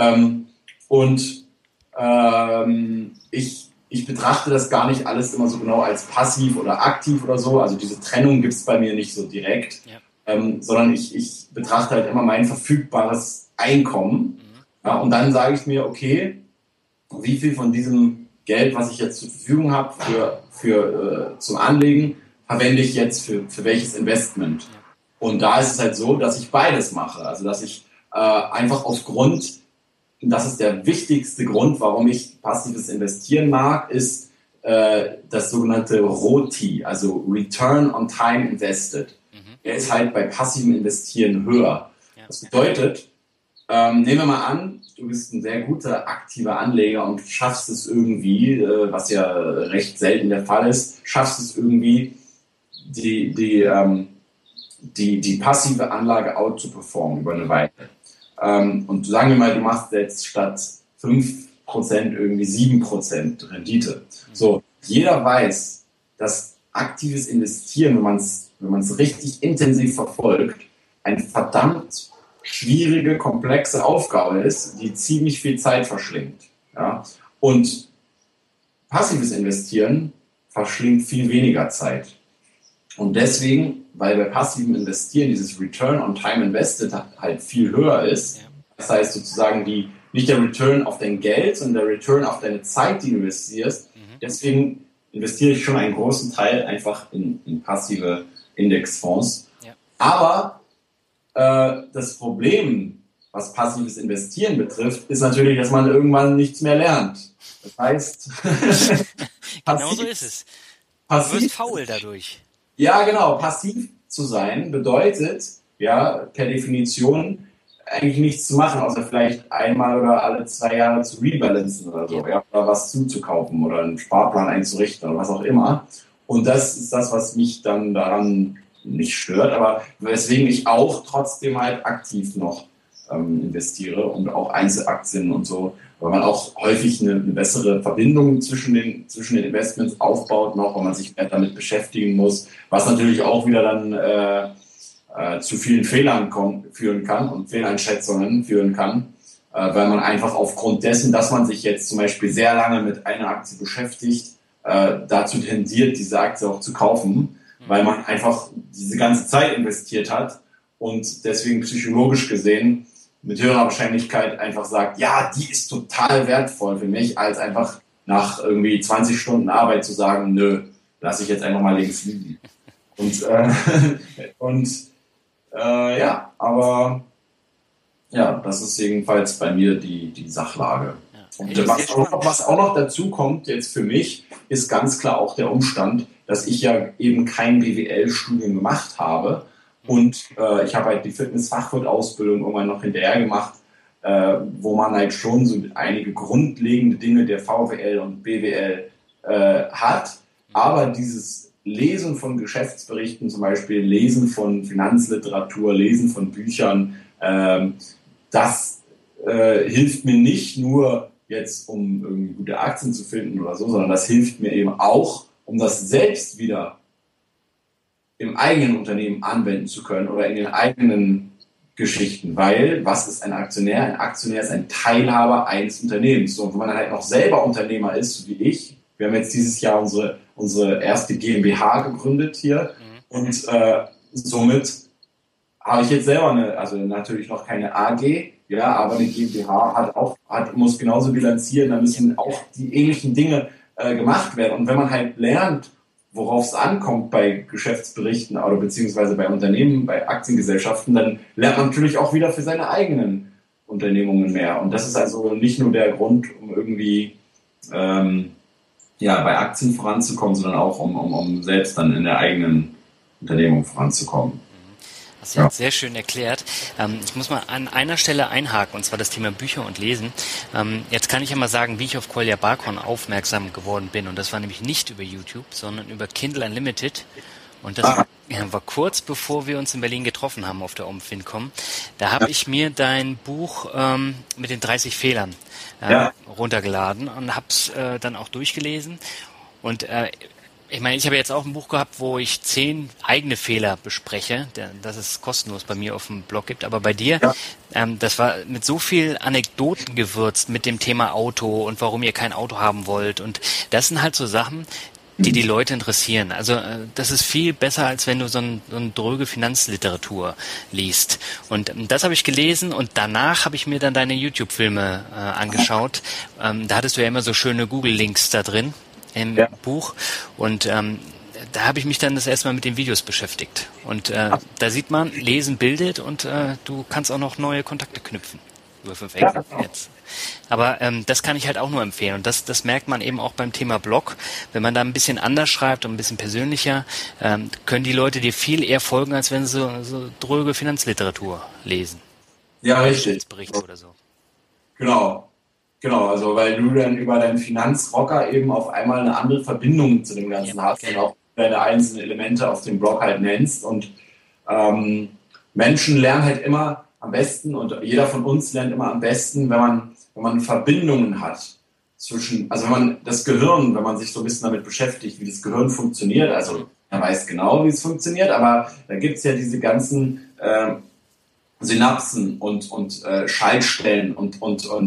Ich betrachte das gar nicht alles immer so genau als passiv oder aktiv oder so. Also diese Trennung gibt es bei mir nicht so direkt, sondern ich betrachte halt immer mein verfügbares Einkommen. Ja? Und dann sage ich mir, okay, wie viel von diesem Geld, was ich jetzt zur Verfügung habe zum Anlegen, verwende ich jetzt für welches Investment. Und da ist es halt so, dass ich beides mache. Also dass ich einfach das ist der wichtigste Grund, warum ich passives Investieren mag, ist das sogenannte ROTI, also Return on Time Invested. Der ist halt bei passivem Investieren höher. Das bedeutet, nehmen wir mal an, du bist ein sehr guter aktiver Anleger und schaffst es irgendwie, was ja recht selten der Fall ist, schaffst es irgendwie, die passive Anlage out zu performen über eine Weile. Und sagen wir mal, du machst jetzt statt 5% irgendwie 7% Rendite. So, jeder weiß, dass aktives Investieren, wenn man es richtig intensiv verfolgt, ein verdammt schwierige, komplexe Aufgabe ist, die ziemlich viel Zeit verschlingt. Ja? Und passives Investieren verschlingt viel weniger Zeit. Und deswegen weil bei passivem Investieren dieses Return on Time Invested halt viel höher ist. Ja. Das heißt sozusagen nicht der Return auf dein Geld, sondern der Return auf deine Zeit, die du investierst. Deswegen investiere ich schon einen großen Teil einfach in passive Indexfonds. Ja. Aber das Problem, was passives Investieren betrifft, ist natürlich, dass man irgendwann nichts mehr lernt. Das heißt, genau so ist es. Du wirst faul dadurch. Ja, genau. Passiv zu sein bedeutet, ja, per Definition eigentlich nichts zu machen, außer vielleicht einmal oder alle 2 Jahre zu rebalancen oder so, ja, oder was zuzukaufen oder einen Sparplan einzurichten oder was auch immer. Und das ist das, was mich dann daran nicht stört, aber weswegen ich auch trotzdem halt aktiv noch investiere und auch Einzelaktien und so, weil man auch häufig eine bessere Verbindung zwischen den Investments aufbaut noch, weil man sich mehr damit beschäftigen muss, was natürlich auch wieder dann zu vielen Fehlern führen kann und Fehleinschätzungen führen kann, weil man einfach aufgrund dessen, dass man sich jetzt zum Beispiel sehr lange mit einer Aktie beschäftigt, dazu tendiert, diese Aktie auch zu kaufen, weil man einfach diese ganze Zeit investiert hat und deswegen psychologisch gesehen mit höherer Wahrscheinlichkeit einfach sagt, ja, die ist total wertvoll für mich, als einfach nach irgendwie 20 Stunden Arbeit zu sagen, nö, lasse ich jetzt einfach mal links liegen. Ja, aber ja, das ist jedenfalls bei mir die Sachlage. Ja. Und was auch noch dazu kommt jetzt für mich, ist ganz klar auch der Umstand, dass ich ja eben kein BWL-Studium gemacht habe und ich habe halt die Fitness-Fachwirt-Ausbildung irgendwann noch hinterher gemacht, wo man halt schon so einige grundlegende Dinge der VWL und BWL hat, aber dieses Lesen von Geschäftsberichten, zum Beispiel Lesen von Finanzliteratur, Lesen von Büchern, das hilft mir nicht nur jetzt, um irgendwie gute Aktien zu finden oder so, sondern das hilft mir eben auch, um das selbst wieder im eigenen Unternehmen anwenden zu können oder in den eigenen Geschichten. Weil, was ist ein Aktionär? Ein Aktionär ist ein Teilhaber eines Unternehmens. So, und wenn man dann halt noch selber Unternehmer ist, so wie ich, wir haben jetzt dieses Jahr unsere erste GmbH gegründet hier und somit habe ich jetzt selber also natürlich noch keine AG, ja, aber eine GmbH muss genauso bilanzieren, da müssen auch die ähnlichen Dinge gemacht werden. Und wenn man halt lernt, worauf es ankommt bei Geschäftsberichten oder beziehungsweise bei Unternehmen, bei Aktiengesellschaften, dann lernt man natürlich auch wieder für seine eigenen Unternehmungen mehr. Und das ist also nicht nur der Grund, um irgendwie bei Aktien voranzukommen, sondern auch um selbst dann in der eigenen Unternehmung voranzukommen. Hast du jetzt sehr schön erklärt. Ich muss mal an einer Stelle einhaken, und zwar das Thema Bücher und Lesen. Jetzt kann ich ja mal sagen, wie ich auf Kolja Barkon aufmerksam geworden bin. Und das war nämlich nicht über YouTube, sondern über Kindle Unlimited. Und das war kurz bevor wir uns in Berlin getroffen haben auf der OMFINCOM. Da habe ich mir dein Buch mit den 30 Fehlern runtergeladen und habe es dann auch durchgelesen. Und ich meine, ich habe jetzt auch ein Buch gehabt, wo ich 10 eigene Fehler bespreche, das es kostenlos bei mir auf dem Blog gibt. Aber bei dir, das war mit so viel Anekdoten gewürzt mit dem Thema Auto und warum ihr kein Auto haben wollt. Und das sind halt so Sachen, die Leute interessieren. Also das ist viel besser, als wenn du so eine dröge Finanzliteratur liest. Und das habe ich gelesen und danach habe ich mir dann deine YouTube-Filme angeschaut. Da hattest du ja immer so schöne Google-Links da drin im Buch und da habe ich mich dann das erste Mal mit den Videos beschäftigt. Und da sieht man, Lesen bildet und du kannst auch noch neue Kontakte knüpfen über 5 Ecken jetzt. Aber das kann ich halt auch nur empfehlen. Und das merkt man eben auch beim Thema Blog. Wenn man da ein bisschen anders schreibt und ein bisschen persönlicher, können die Leute dir viel eher folgen, als wenn sie so dröge Finanzliteratur lesen. Ja, richtig. Berichte oder so. Genau, also weil du dann über deinen Finanzrocker eben auf einmal eine andere Verbindung zu dem Ganzen hast und auch deine einzelnen Elemente auf dem Blog halt nennst. Und Menschen lernen halt immer am besten und jeder von uns lernt immer am besten, wenn man Verbindungen hat zwischen, also wenn man das Gehirn, wenn man sich so ein bisschen damit beschäftigt, wie das Gehirn funktioniert, also man weiß genau, wie es funktioniert, aber da gibt es ja diese ganzen Synapsen und Schaltstellen und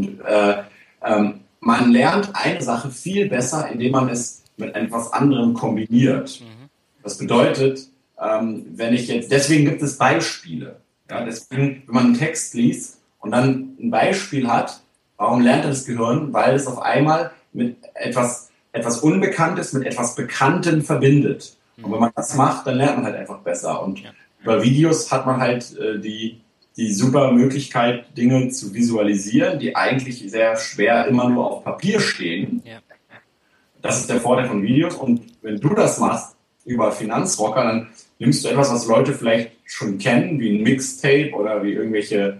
man lernt eine Sache viel besser, indem man es mit etwas anderem kombiniert. Das bedeutet, deswegen gibt es Beispiele. Ja, deswegen, wenn man einen Text liest und dann ein Beispiel hat, warum lernt das Gehirn? Weil es auf einmal mit etwas Unbekanntes mit etwas Bekanntem verbindet. Und wenn man das macht, dann lernt man halt einfach besser. Und über Videos hat man halt die super Möglichkeit, Dinge zu visualisieren, die eigentlich sehr schwer immer nur auf Papier stehen. Ja. Das ist der Vorteil von Videos. Und wenn du das machst über Finanzrocker, dann nimmst du etwas, was Leute vielleicht schon kennen, wie ein Mixtape oder wie irgendwelche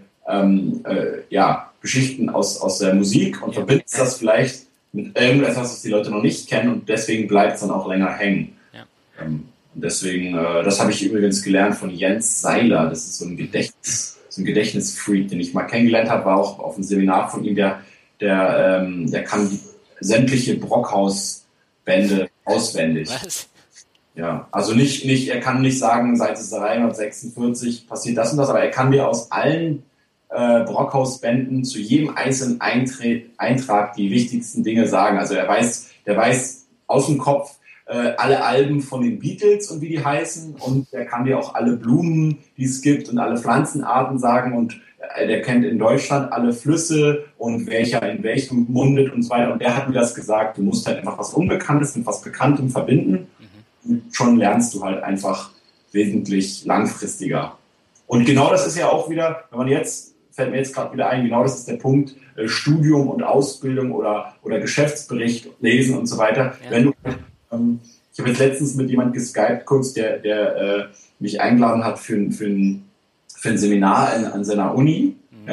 Geschichten aus der Musik und verbindest das vielleicht mit irgendetwas, was die Leute noch nicht kennen und deswegen bleibt es dann auch länger hängen. Ja. Deswegen, das habe ich übrigens gelernt von Jens Seiler. Das ist so ein Gedächtnisfreak, den ich mal kennengelernt habe, war auch auf einem Seminar von ihm, der kann sämtliche Brockhaus-Bände auswendig. Was? Ja, also nicht, er kann nicht sagen, Seite 346 passiert das und das, aber er kann dir aus allen Brockhaus-Bänden zu jedem einzelnen Eintrag die wichtigsten Dinge sagen. Also der weiß aus dem Kopf alle Alben von den Beatles und wie die heißen und der kann dir auch alle Blumen, die es gibt und alle Pflanzenarten sagen und der kennt in Deutschland alle Flüsse und welcher in welchem mundet und so weiter und der hat mir das gesagt, du musst halt einfach was Unbekanntes mit was Bekanntem verbinden und schon lernst du halt einfach wesentlich langfristiger. Und genau das ist ja auch wieder, fällt mir jetzt gerade wieder ein, genau das ist der Punkt, Studium und Ausbildung oder Geschäftsbericht lesen und so weiter. Ja. Wenn du ich habe jetzt letztens mit jemandem geskypt, kurz, der mich eingeladen hat für ein Seminar an seiner Uni,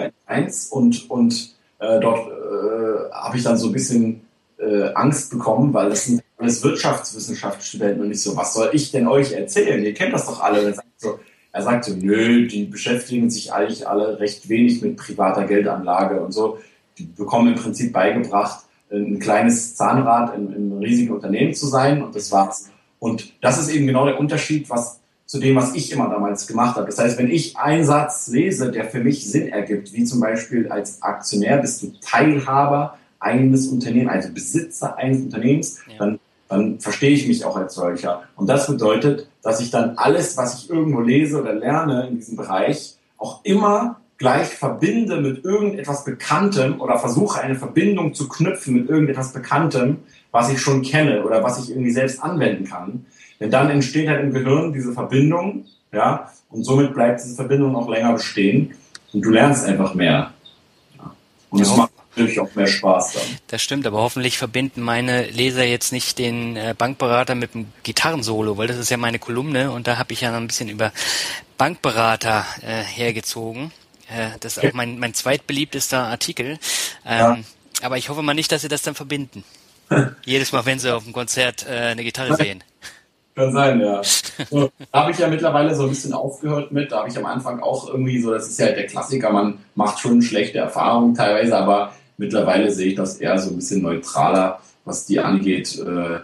und dort habe ich dann so ein bisschen Angst bekommen, weil das sind alles Wirtschaftswissenschaftsstudenten und ich so, was soll ich denn euch erzählen? Ihr kennt das doch alle. Er sagt so, nö, die beschäftigen sich eigentlich alle recht wenig mit privater Geldanlage und so. Die bekommen im Prinzip beigebracht, ein kleines Zahnrad in einem riesigen Unternehmen zu sein und das war's. Und das ist eben genau der Unterschied zu dem, was ich immer damals gemacht habe. Das heißt, wenn ich einen Satz lese, der für mich Sinn ergibt, wie zum Beispiel als Aktionär bist du Teilhaber eines Unternehmens, also Besitzer eines Unternehmens, dann verstehe ich mich auch als solcher. Und das bedeutet, dass ich dann alles, was ich irgendwo lese oder lerne in diesem Bereich, auch immer gleich verbinde mit irgendetwas Bekanntem oder versuche eine Verbindung zu knüpfen mit irgendetwas Bekanntem, was ich schon kenne oder was ich irgendwie selbst anwenden kann. Denn dann entsteht halt im Gehirn diese Verbindung, ja, und somit bleibt diese Verbindung auch länger bestehen und du lernst einfach mehr. Ja. Und es macht natürlich auch mehr Spaß dann. Das stimmt, aber hoffentlich verbinden meine Leser jetzt nicht den Bankberater mit dem Gitarrensolo, weil das ist ja meine Kolumne und da habe ich ja noch ein bisschen über Bankberater hergezogen. Das ist auch mein zweitbeliebtester Artikel. Aber ich hoffe mal nicht, dass Sie das dann verbinden. Jedes Mal, wenn Sie auf dem Konzert eine Gitarre sehen. Kann sein, ja. So, da habe ich ja mittlerweile so ein bisschen aufgehört mit. Da habe ich am Anfang auch irgendwie so, das ist ja der Klassiker, man macht schon schlechte Erfahrungen teilweise, aber mittlerweile sehe ich das eher so ein bisschen neutraler, was die angeht,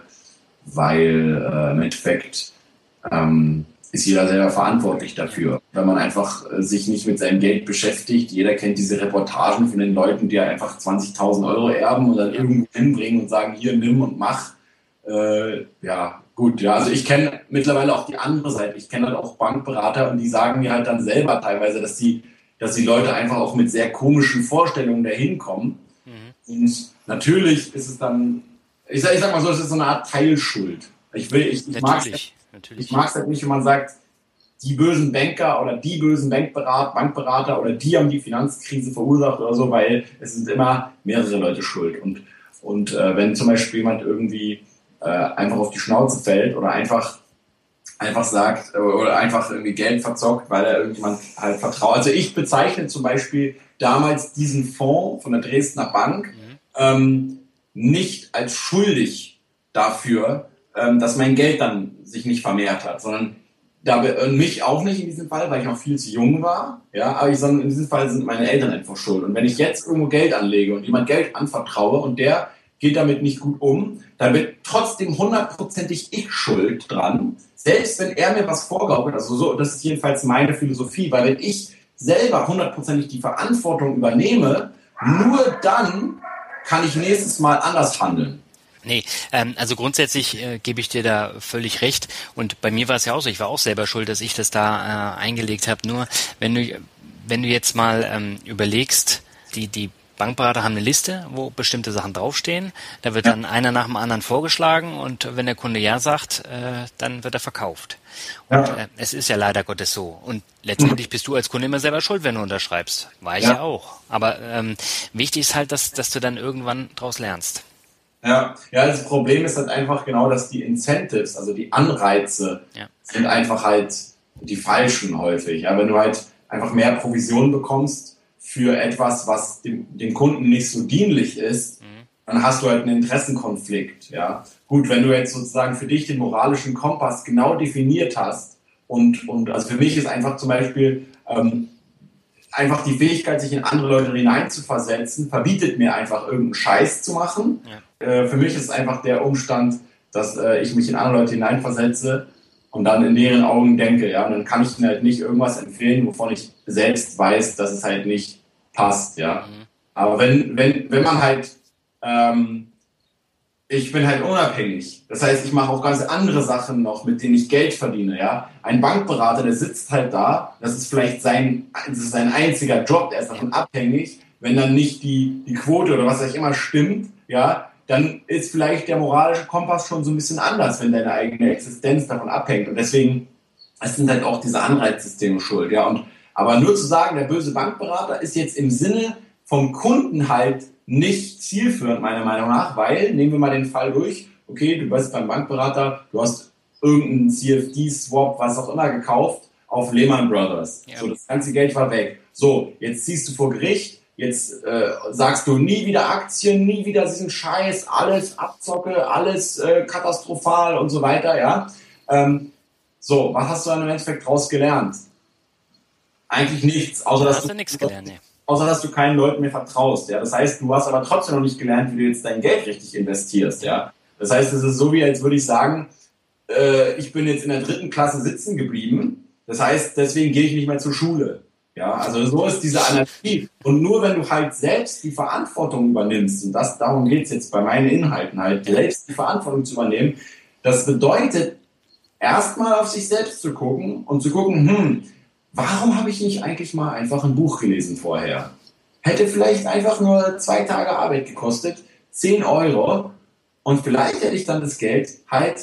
weil im Endeffekt ist jeder selber verantwortlich dafür. Wenn man einfach sich nicht mit seinem Geld beschäftigt, jeder kennt diese Reportagen von den Leuten, die einfach 20.000 Euro erben und dann irgendwo hinbringen und sagen, hier, nimm und mach. Gut, ja, also ich kenne mittlerweile auch die andere Seite. Ich kenne halt auch Bankberater und die sagen mir halt dann selber teilweise, dass die Leute einfach auch mit sehr komischen Vorstellungen dahin kommen. Mhm. Und natürlich ist es dann, ich sag mal so, es ist so eine Art Teilschuld. Ich mag es halt nicht, wenn man sagt, die bösen Banker oder die bösen Bankberater oder die haben die Finanzkrise verursacht oder so, weil es sind immer mehrere Leute schuld. Und wenn zum Beispiel jemand irgendwie einfach auf die Schnauze fällt oder einfach sagt oder einfach irgendwie Geld verzockt, weil er irgendjemand halt vertraut. Also ich bezeichne zum Beispiel damals diesen Fonds von der Dresdner Bank nicht als schuldig dafür, dass mein Geld dann sich nicht vermehrt hat, sondern mich auch nicht in diesem Fall, weil ich noch viel zu jung war, ja, aber in diesem Fall sind meine Eltern einfach schuld. Und wenn ich jetzt irgendwo Geld anlege und jemand Geld anvertraue und der geht damit nicht gut um, dann wird trotzdem 100%ig ich schuld dran, selbst wenn er mir was vorgaukelt. Also so, das ist jedenfalls meine Philosophie, weil wenn ich selber 100%ig die Verantwortung übernehme, nur dann kann ich nächstes Mal anders handeln. Nee, also grundsätzlich gebe ich dir da völlig recht. Und bei mir war es ja auch so, ich war auch selber schuld, dass ich das da eingelegt habe. Nur wenn du jetzt mal überlegst, die Bankberater haben eine Liste, wo bestimmte Sachen draufstehen. Da wird dann einer nach dem anderen vorgeschlagen und wenn der Kunde ja sagt, dann wird er verkauft. Und es ist ja leider Gottes so. Und letztendlich bist du als Kunde immer selber schuld, wenn du unterschreibst. War ich ja auch. Aber wichtig ist halt, dass du dann irgendwann draus lernst. Ja, das Problem ist halt einfach genau, dass die Incentives, also die Anreize, sind einfach halt die falschen häufig. Ja, wenn du halt einfach mehr Provision bekommst für etwas, was dem Kunden nicht so dienlich ist, dann hast du halt einen Interessenkonflikt. Ja, gut, wenn du jetzt sozusagen für dich den moralischen Kompass genau definiert hast und also für mich ist einfach zum Beispiel einfach die Fähigkeit, sich in andere Leute hineinzuversetzen, verbietet mir einfach irgendeinen Scheiß zu machen. Für mich ist es einfach der Umstand, dass ich mich in andere Leute hineinversetze und dann in deren Augen denke, ja, und dann kann ich ihnen halt nicht irgendwas empfehlen, wovon ich selbst weiß, dass es halt nicht passt, ja. Aber wenn man halt, ich bin halt unabhängig. Das heißt, ich mache auch ganz andere Sachen noch, mit denen ich Geld verdiene, ja. Ein Bankberater, der sitzt halt da, das ist vielleicht sein einziger Job, der ist davon abhängig, wenn dann nicht die Quote oder was auch immer stimmt, ja, dann ist vielleicht der moralische Kompass schon so ein bisschen anders, wenn deine eigene Existenz davon abhängt. Und deswegen, es sind halt auch diese Anreizsysteme schuld, ja. Aber nur zu sagen, der böse Bankberater ist jetzt im Sinne vom Kunden halt nicht zielführend, meiner Meinung nach, weil, nehmen wir mal den Fall durch, okay, du bist beim Bankberater, du hast irgendeinen CFD-Swap, was auch immer, gekauft auf Lehman Brothers. Ja. So, das ganze Geld war weg. So, jetzt ziehst du vor Gericht, jetzt sagst du nie wieder Aktien, nie wieder diesen Scheiß, alles Abzocke, alles katastrophal und so weiter, ja. So, was hast du dann im Endeffekt daraus gelernt? Eigentlich nichts, außer dass du nichts gelernt, nee. Außer dass du keinen Leuten mehr vertraust, ja. Das heißt, du hast aber trotzdem noch nicht gelernt, wie du jetzt dein Geld richtig investierst, ja. Das heißt, es ist so, wie als würde ich sagen, ich bin jetzt in der 3. Klasse sitzen geblieben. Das heißt, deswegen gehe ich nicht mehr zur Schule. Ja, also so ist diese Analogie. Und nur wenn du halt selbst die Verantwortung übernimmst, und darum geht es jetzt bei meinen Inhalten halt, selbst die Verantwortung zu übernehmen, das bedeutet, erstmal auf sich selbst zu gucken und zu gucken, warum habe ich nicht eigentlich mal einfach ein Buch gelesen vorher? Hätte vielleicht einfach nur 2 Tage Arbeit gekostet, 10 Euro, und vielleicht hätte ich dann das Geld halt,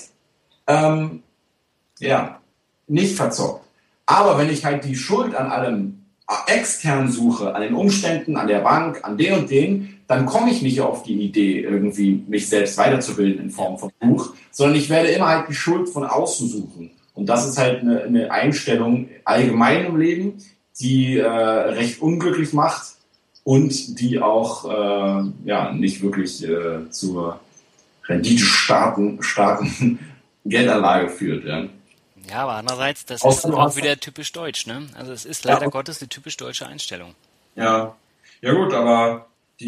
nicht verzockt. Aber wenn ich halt die Schuld an allem extern suche, an den Umständen, an der Bank, an den und den, dann komme ich nicht auf die Idee, irgendwie mich selbst weiterzubilden in Form von Buch, sondern ich werde immer halt die Schuld von außen suchen. Und das ist halt eine Einstellung allgemein im Leben, die recht unglücklich macht und die auch nicht wirklich zur renditestarken Geldanlage führt. Ja. Ja, aber andererseits, das ist auch wieder typisch deutsch, ne? Also es ist leider Gottes eine typisch deutsche Einstellung. Ja, ja gut, aber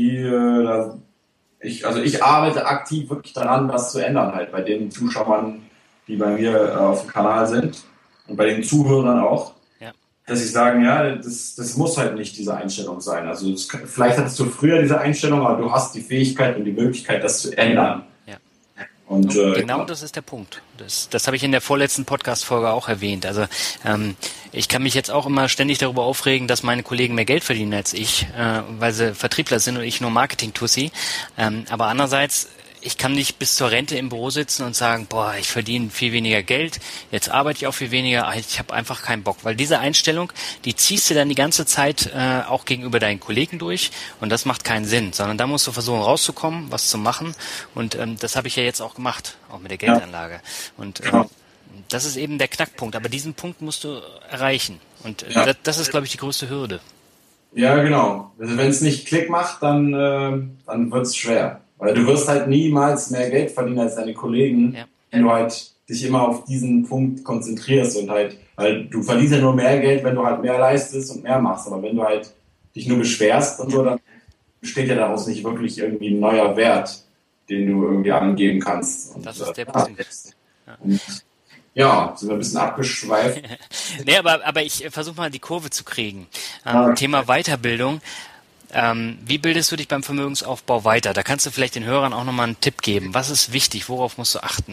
ich arbeite aktiv wirklich daran, das zu ändern, halt bei den Zuschauern, die bei mir auf dem Kanal sind und bei den Zuhörern auch, dass ich sagen, ja, das muss halt nicht diese Einstellung sein. Also vielleicht hattest du früher diese Einstellung, aber du hast die Fähigkeit und die Möglichkeit, das zu ändern. Und, genau das ist der Punkt. Das habe ich in der vorletzten Podcast-Folge auch erwähnt. Also ich kann mich jetzt auch immer ständig darüber aufregen, dass meine Kollegen mehr Geld verdienen als ich, weil sie Vertriebler sind und ich nur Marketing-Tussi. Aber andererseits, ich kann nicht bis zur Rente im Büro sitzen und sagen, boah, ich verdiene viel weniger Geld, jetzt arbeite ich auch viel weniger, ich habe einfach keinen Bock. Weil diese Einstellung, die ziehst du dann die ganze Zeit auch gegenüber deinen Kollegen durch und das macht keinen Sinn, sondern da musst du versuchen rauszukommen, was zu machen und das habe ich ja jetzt auch gemacht, auch mit der Geldanlage. Und das ist eben der Knackpunkt, aber diesen Punkt musst du erreichen und das ist, glaube ich, die größte Hürde. Ja, genau. Also wenn es nicht Klick macht, dann wird es schwer. Weil du wirst halt niemals mehr Geld verdienen als deine Kollegen, wenn du halt dich immer auf diesen Punkt konzentrierst und halt, weil du verdienst ja nur mehr Geld, wenn du halt mehr leistest und mehr machst. Aber wenn du halt dich nur beschwerst und so, dann entsteht ja daraus nicht wirklich irgendwie ein neuer Wert, den du irgendwie angeben kannst. Und, das ist der Punkt. Ja, sind wir ein bisschen abgeschweift. Nee, aber ich versuche mal die Kurve zu kriegen. Thema Weiterbildung. Wie bildest du dich beim Vermögensaufbau weiter? Da kannst du vielleicht den Hörern auch nochmal einen Tipp geben. Was ist wichtig? Worauf musst du achten?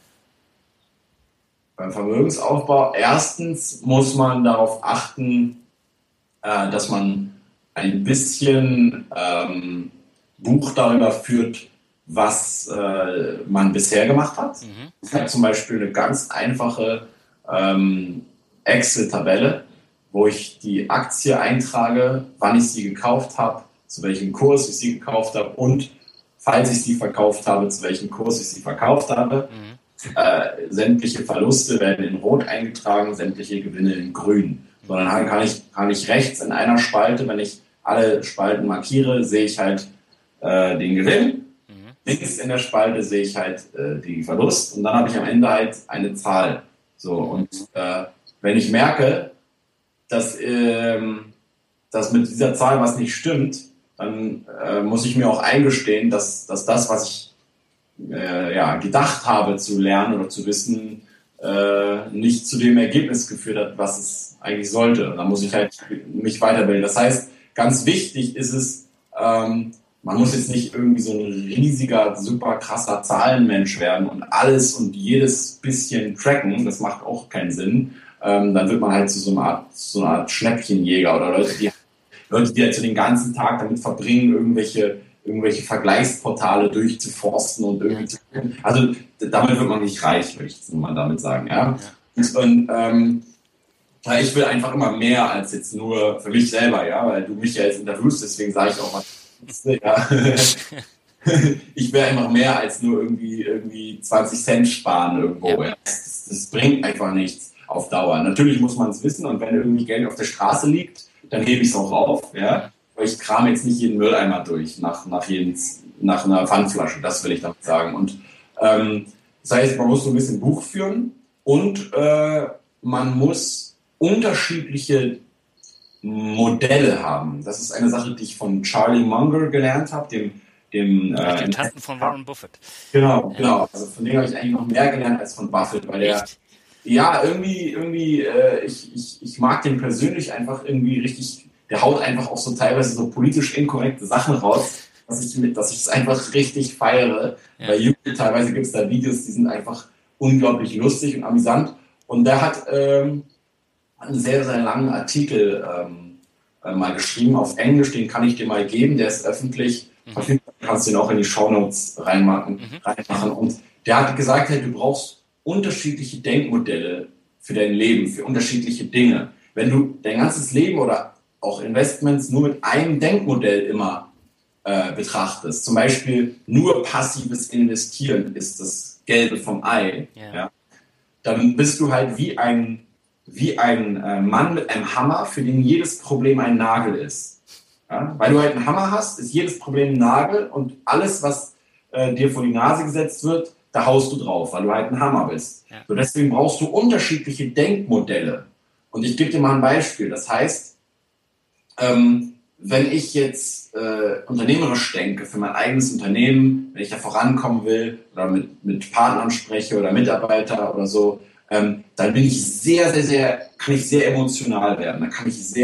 Beim Vermögensaufbau, erstens muss man darauf achten, dass man ein bisschen Buch darüber führt, was man bisher gemacht hat. Ich habe zum Beispiel eine ganz einfache Excel-Tabelle, wo ich die Aktie eintrage, wann ich sie gekauft habe, zu welchem Kurs ich sie gekauft habe und, falls ich sie verkauft habe, zu welchem Kurs ich sie verkauft habe. Sämtliche Verluste werden in Rot eingetragen, sämtliche Gewinne in Grün. So, dann kann ich rechts in einer Spalte, wenn ich alle Spalten markiere, sehe ich halt den Gewinn. Links in der Spalte sehe ich halt die Verlust und dann habe ich am Ende halt eine Zahl. So, und wenn ich merke, dass mit dieser Zahl was nicht stimmt, dann muss ich mir auch eingestehen, dass das, was ich gedacht habe zu lernen oder zu wissen, nicht zu dem Ergebnis geführt hat, was es eigentlich sollte. Und dann muss ich halt mich weiterbilden. Das heißt, ganz wichtig ist es, man muss jetzt nicht irgendwie so ein riesiger, super krasser Zahlenmensch werden und alles und jedes bisschen tracken. Das macht auch keinen Sinn. Dann wird man halt zu so einer Art Schnäppchenjäger oder Leute, die halt so den ganzen Tag damit verbringen, irgendwelche Vergleichsportale durchzuforsten und irgendwie zu gucken. Also damit wird man nicht reich, würde ich jetzt mal damit sagen. Ja? Und ich will einfach immer mehr als jetzt nur für mich selber, ja, weil du mich ja jetzt interviewst, deswegen sage ich auch was. Ja. Ich will einfach mehr als nur irgendwie 20 Cent sparen irgendwo. Ja. Das bringt einfach nichts auf Dauer. Natürlich muss man es wissen und wenn irgendwie Geld auf der Straße liegt, dann hebe ich es auch auf. Ja. Aber ich kram jetzt nicht jeden Mülleimer durch nach einer Pfandflasche, das will ich damit sagen. Und das heißt, man muss so ein bisschen Buch führen und man muss unterschiedliche Modelle haben. Das ist eine Sache, die ich von Charlie Munger gelernt habe, dem Tanten von Warren Buffett. Genau. Also von dem habe ich eigentlich noch mehr gelernt als von Buffett, weil ich mag den persönlich einfach irgendwie richtig. Der haut einfach auch so teilweise so politisch inkorrekte Sachen raus, dass ich es einfach richtig feiere. Ja. Bei YouTube teilweise gibt es da Videos, die sind einfach unglaublich lustig und amüsant. Und der hat einen sehr, sehr langen Artikel mal geschrieben auf Englisch, den kann ich dir mal geben, der ist öffentlich, kannst du den auch in die Shownotes reinmachen. Und der hat gesagt, hey, du brauchst unterschiedliche Denkmodelle für dein Leben, für unterschiedliche Dinge. Wenn du dein ganzes Leben oder auch Investments nur mit einem Denkmodell immer betrachtest, zum Beispiel nur passives Investieren ist das Gelbe vom Ei, ja, dann bist du halt wie ein Mann mit einem Hammer, für den jedes Problem ein Nagel ist. Ja? Weil du halt einen Hammer hast, ist jedes Problem ein Nagel und alles, was dir vor die Nase gesetzt wird, da haust du drauf, weil du halt ein Hammer bist. Ja. So deswegen brauchst du unterschiedliche Denkmodelle. Und ich gebe dir mal ein Beispiel. Das heißt, wenn ich jetzt unternehmerisch denke für mein eigenes Unternehmen, wenn ich da vorankommen will oder mit Partnern spreche oder Mitarbeiter oder so, dann bin ich kann ich sehr emotional werden. Da kann ich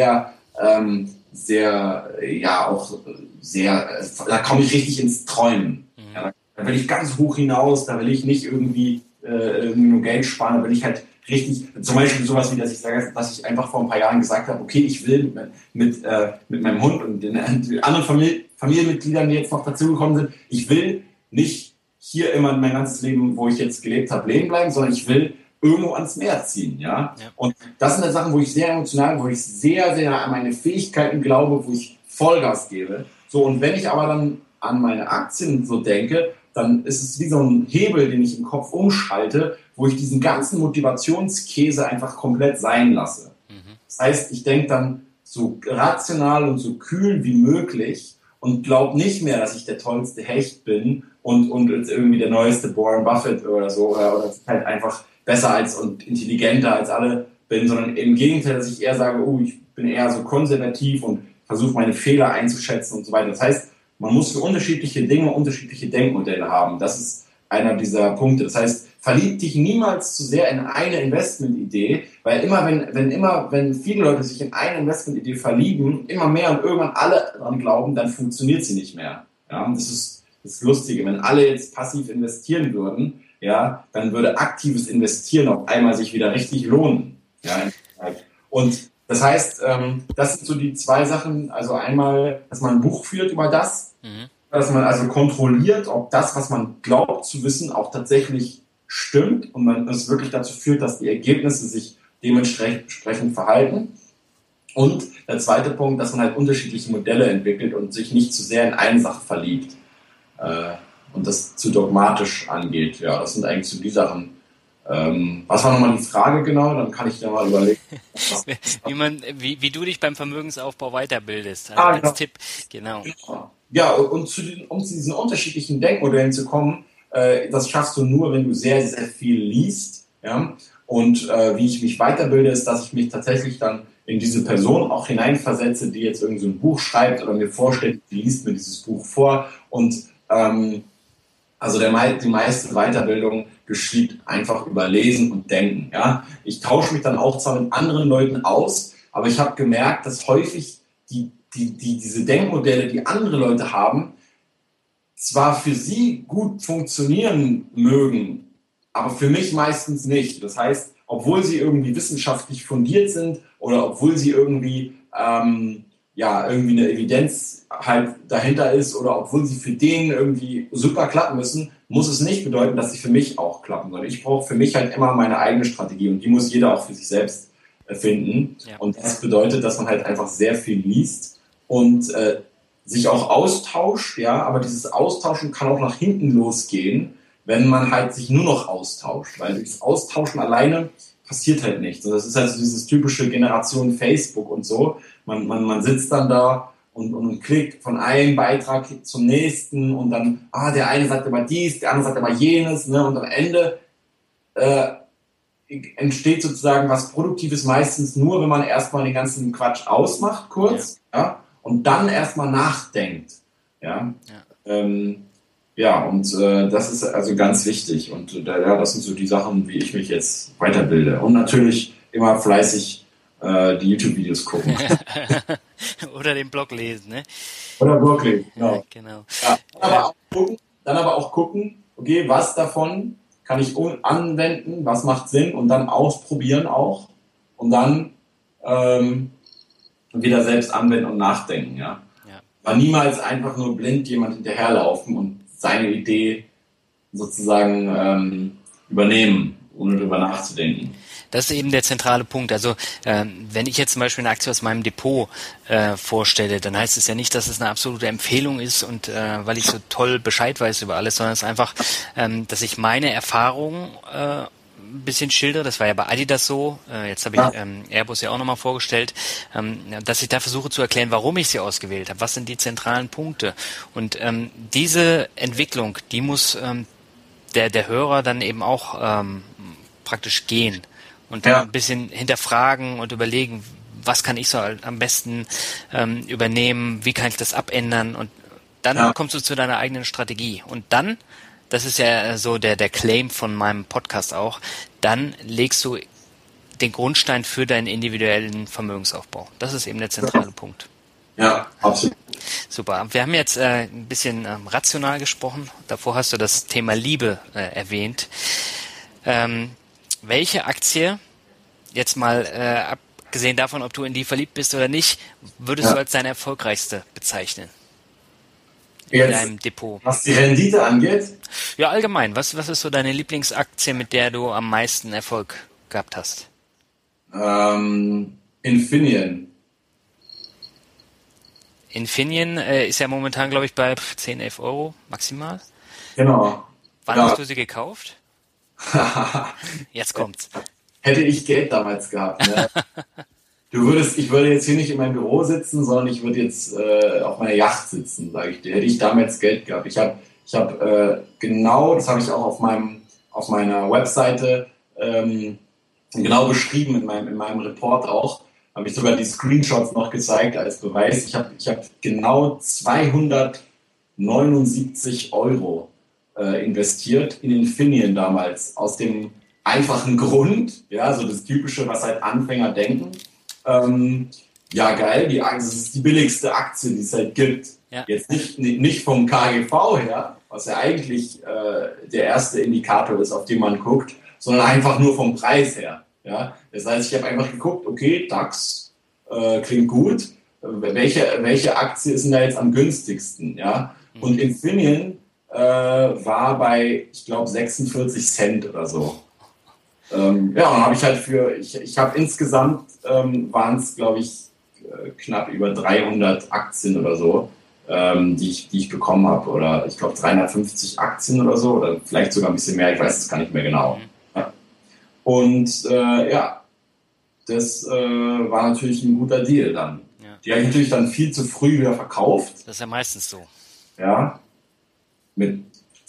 da komme ich richtig ins Träumen. Ja, da will ich ganz hoch hinaus, da will ich nicht irgendwie nur Geld sparen, da will ich halt richtig, zum Beispiel sowas wie, dass ich sage, dass ich einfach vor ein paar Jahren gesagt habe, okay, ich will mit meinem Hund und den anderen Familienmitgliedern, die jetzt noch dazugekommen sind, ich will nicht hier immer mein ganzes Leben, wo ich jetzt gelebt habe, leben bleiben, sondern ich will irgendwo ans Meer ziehen, ja. Und das sind die Sachen, wo ich sehr emotional, wo ich sehr, sehr an meine Fähigkeiten glaube, wo ich Vollgas gebe. So, und wenn ich aber dann an meine Aktien so denke, dann ist es wie so ein Hebel, den ich im Kopf umschalte, wo ich diesen ganzen Motivationskäse einfach komplett sein lasse. Das heißt, ich denke dann so rational und so kühl wie möglich und glaube nicht mehr, dass ich der tollste Hecht bin und jetzt irgendwie der neueste Warren Buffett oder so oder halt einfach besser als und intelligenter als alle bin, sondern im Gegenteil, dass ich eher sage, ich bin eher so konservativ und versuche meine Fehler einzuschätzen und so weiter. Das heißt, man muss für unterschiedliche Dinge unterschiedliche Denkmodelle haben. Das ist einer dieser Punkte. Das heißt, verlieb dich niemals zu sehr in eine Investmentidee, weil wenn viele Leute sich in eine Investmentidee verlieben, immer mehr und irgendwann alle daran glauben, dann funktioniert sie nicht mehr. Ja, und das ist das Lustige. Wenn alle jetzt passiv investieren würden, ja, dann würde aktives Investieren auf einmal sich wieder richtig lohnen. Ja, und das heißt, das sind so die zwei Sachen. Also einmal, dass man ein Buch führt über das, dass man also kontrolliert, ob das, was man glaubt zu wissen, auch tatsächlich stimmt und man es wirklich dazu führt, dass die Ergebnisse sich dementsprechend verhalten. Und der zweite Punkt, dass man halt unterschiedliche Modelle entwickelt und sich nicht zu sehr in eine Sache verliebt und das zu dogmatisch angeht. Ja, das sind eigentlich so die Sachen. Was war nochmal die Frage genau? Dann kann ich dir mal überlegen. Wie du dich beim Vermögensaufbau weiterbildest. Also als genau. Tipp, genau. Ja, und um zu diesen unterschiedlichen Denkmodellen zu kommen, das schaffst du nur, wenn du sehr, sehr viel liest. Ja? Und wie ich mich weiterbilde, ist, dass ich mich tatsächlich dann in diese Person auch hineinversetze, die jetzt irgendwie so ein Buch schreibt oder mir vorstellt, die liest mir dieses Buch vor. Und also die meiste Weiterbildung geschieht einfach über Lesen und Denken. Ja? Ich tausche mich dann auch zwar mit anderen Leuten aus, aber ich habe gemerkt, dass häufig diese Denkmodelle, die andere Leute haben, zwar für sie gut funktionieren mögen, aber für mich meistens nicht. Das heißt, obwohl sie irgendwie wissenschaftlich fundiert sind oder obwohl sie irgendwie irgendwie eine Evidenz halt dahinter ist oder obwohl sie für den irgendwie super klappen müssen, muss es nicht bedeuten, dass sie für mich auch klappen sollen. Ich brauche für mich halt immer meine eigene Strategie und die muss jeder auch für sich selbst finden. Ja. Und das bedeutet, dass man halt einfach sehr viel liest und sich auch austauscht, ja, aber dieses Austauschen kann auch nach hinten losgehen, wenn man halt sich nur noch austauscht, weil durchs Austauschen alleine passiert halt nichts. Und das ist halt so dieses typische Generation Facebook und so. Man sitzt dann da und klickt von einem Beitrag zum nächsten und dann, der eine sagt aber dies, der andere sagt aber jenes, ne? Und am Ende entsteht sozusagen was Produktives meistens nur, wenn man erstmal den ganzen Quatsch ausmacht, kurz, ja, und dann erstmal nachdenkt. Ja. Und das ist also ganz wichtig. Und das sind so die Sachen, wie ich mich jetzt weiterbilde. Und natürlich immer fleißig die YouTube-Videos gucken. Oder den Blog lesen, ne? Oder Blog lesen, genau. Ja, genau. Ja, dann aber auch gucken, okay, was davon kann ich anwenden, was macht Sinn und dann ausprobieren auch und dann wieder selbst anwenden und nachdenken, ja. Aber niemals einfach nur blind jemand hinterherlaufen und seine Idee sozusagen übernehmen, ohne darüber nachzudenken. Das ist eben der zentrale Punkt. Also wenn ich jetzt zum Beispiel eine Aktie aus meinem Depot vorstelle, dann heißt es ja nicht, dass es eine absolute Empfehlung ist und weil ich so toll Bescheid weiß über alles, sondern es ist einfach, dass ich meine Erfahrungen ein bisschen schildere. Das war ja bei Adidas so. Jetzt habe ich Airbus ja auch nochmal vorgestellt, dass ich da versuche zu erklären, warum ich sie ausgewählt habe. Was sind die zentralen Punkte? Und diese Entwicklung, die muss der Hörer dann eben auch praktisch gehen und dann ein bisschen hinterfragen und überlegen, was kann ich so am besten übernehmen, wie kann ich das abändern und dann kommst du zu deiner eigenen Strategie und dann, das ist ja so der Claim von meinem Podcast auch, dann legst du den Grundstein für deinen individuellen Vermögensaufbau. Das ist eben der zentrale Punkt. Ja, absolut. Super. Wir haben jetzt ein bisschen rational gesprochen. Davor hast du das Thema Liebe erwähnt. Welche Aktie, jetzt mal abgesehen davon, ob du in die verliebt bist oder nicht, würdest du als deine erfolgreichste bezeichnen? In deinem Depot. Was die Rendite angeht? Ja, allgemein. Was ist so deine Lieblingsaktie, mit der du am meisten Erfolg gehabt hast? Infineon. Infineon ist ja momentan, glaube ich, bei 10, 11 Euro maximal. Genau. Wann hast du sie gekauft? Jetzt kommt's. Hätte ich Geld damals gehabt. Ne? Ich würde jetzt hier nicht in meinem Büro sitzen, sondern ich würde jetzt auf meiner Yacht sitzen, sage ich dir. Hätte ich damals Geld gehabt. Ich habe genau, das habe ich auch auf meiner Webseite genau beschrieben in meinem Report auch. Habe ich sogar die Screenshots noch gezeigt als Beweis. Ich hab genau 279 Euro investiert in Infineon damals. Aus dem einfachen Grund, ja, so das Typische, was halt Anfänger denken. Ja, geil, das ist die billigste Aktie, die es halt gibt. Ja. Jetzt nicht vom KGV her, was ja eigentlich der erste Indikator ist, auf den man guckt, sondern einfach nur vom Preis her. Ja? Das heißt, ich habe einfach geguckt, okay, DAX klingt gut. Welche Aktie ist denn da jetzt am günstigsten? Ja? Und Infineon war bei, ich glaube, 46 Cent oder so. Ja, und dann habe ich halt ich habe insgesamt, waren es, glaube ich, knapp über 300 Aktien oder so, die ich bekommen habe. Oder ich glaube 350 Aktien oder so, oder vielleicht sogar ein bisschen mehr, ich weiß es gar nicht mehr genau. Ja. Und ja, das war natürlich ein guter Deal dann. Ja. Die habe ich natürlich dann viel zu früh wieder verkauft. Das ist ja meistens so. Ja, mit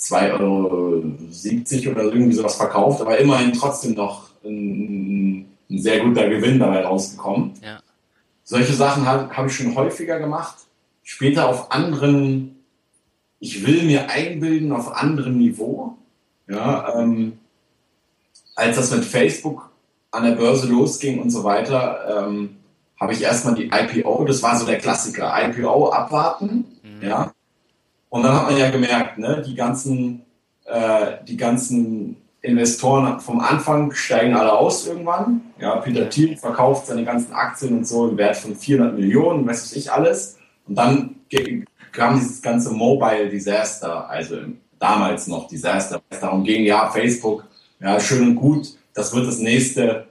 2,70 € oder irgendwie sowas verkauft, aber immerhin trotzdem noch ein sehr guter Gewinn dabei rausgekommen. Ja. Solche Sachen habe ich schon häufiger gemacht. Später auf anderen, ich will mir einbilden, auf anderem Niveau. Ja, als das mit Facebook an der Börse losging und so weiter, habe ich erstmal die IPO, das war so der Klassiker, IPO abwarten, ja. Und dann hat man ja gemerkt, ne, die ganzen Investoren vom Anfang steigen alle aus irgendwann. Ja, Peter Thiel verkauft seine ganzen Aktien und so im Wert von 400 Millionen, weiß ich alles. Und dann kam dieses ganze Mobile Disaster, also damals noch Disaster, weil es darum ging, ja, Facebook, ja, schön und gut, das wird das nächste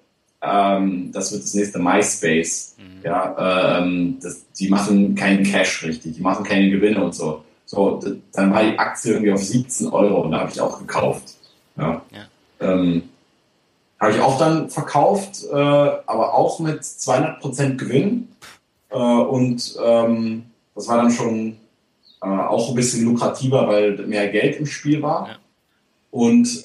MySpace. Ja, die machen keinen Cash richtig, die machen keine Gewinne und so. So, dann war die Aktie irgendwie auf 17 € und da habe ich auch gekauft. Ja. Habe ich auch dann verkauft, aber auch mit 200% Gewinn. Und das war dann schon auch ein bisschen lukrativer, weil mehr Geld im Spiel war. Ja. Und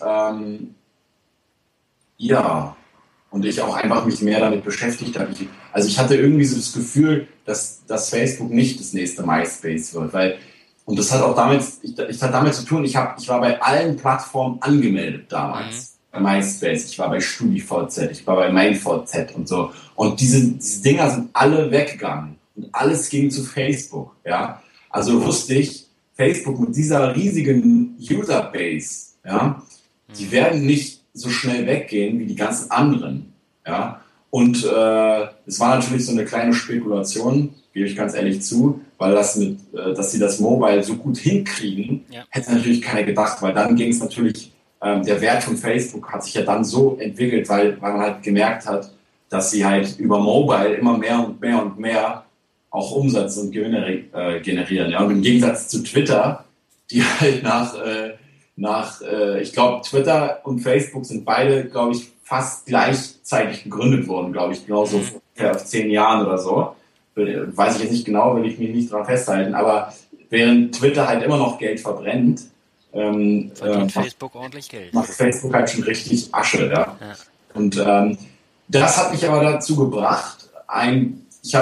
ja, und ich auch einfach mich mehr damit beschäftigt habe. Also ich hatte irgendwie so das Gefühl, dass Facebook nicht das nächste MySpace wird, weil, und das hat auch damit zu tun, ich war bei allen Plattformen angemeldet damals. Bei MySpace, ich war bei StudiVZ, ich war bei MeinVZ und so. Und diese Dinger sind alle weggegangen. Und alles ging zu Facebook. Ja? Also wusste ich, Facebook mit dieser riesigen Userbase, ja, die werden nicht so schnell weggehen wie die ganzen anderen. Ja? Und es war natürlich so eine kleine Spekulation, gebe ich ganz ehrlich zu, weil dass sie das Mobile so gut hinkriegen, hätte natürlich keiner gedacht, weil dann ging es natürlich, der Wert von Facebook hat sich ja dann so entwickelt, weil man halt gemerkt hat, dass sie halt über Mobile immer mehr und mehr und mehr auch Umsatz und Gewinne generieren. Ja? Und im Gegensatz zu Twitter, die halt ich glaube, Twitter und Facebook sind beide, glaube ich, fast gleichzeitig gegründet worden, glaube ich, genauso auf 10 Jahren oder so. Weiß ich jetzt nicht genau, will ich mich nicht daran festhalten, aber während Twitter halt immer noch Geld verbrennt, verdient Facebook ordentlich Geld. Macht Facebook halt schon richtig Asche, ja. Und das hat mich aber dazu gebracht, ich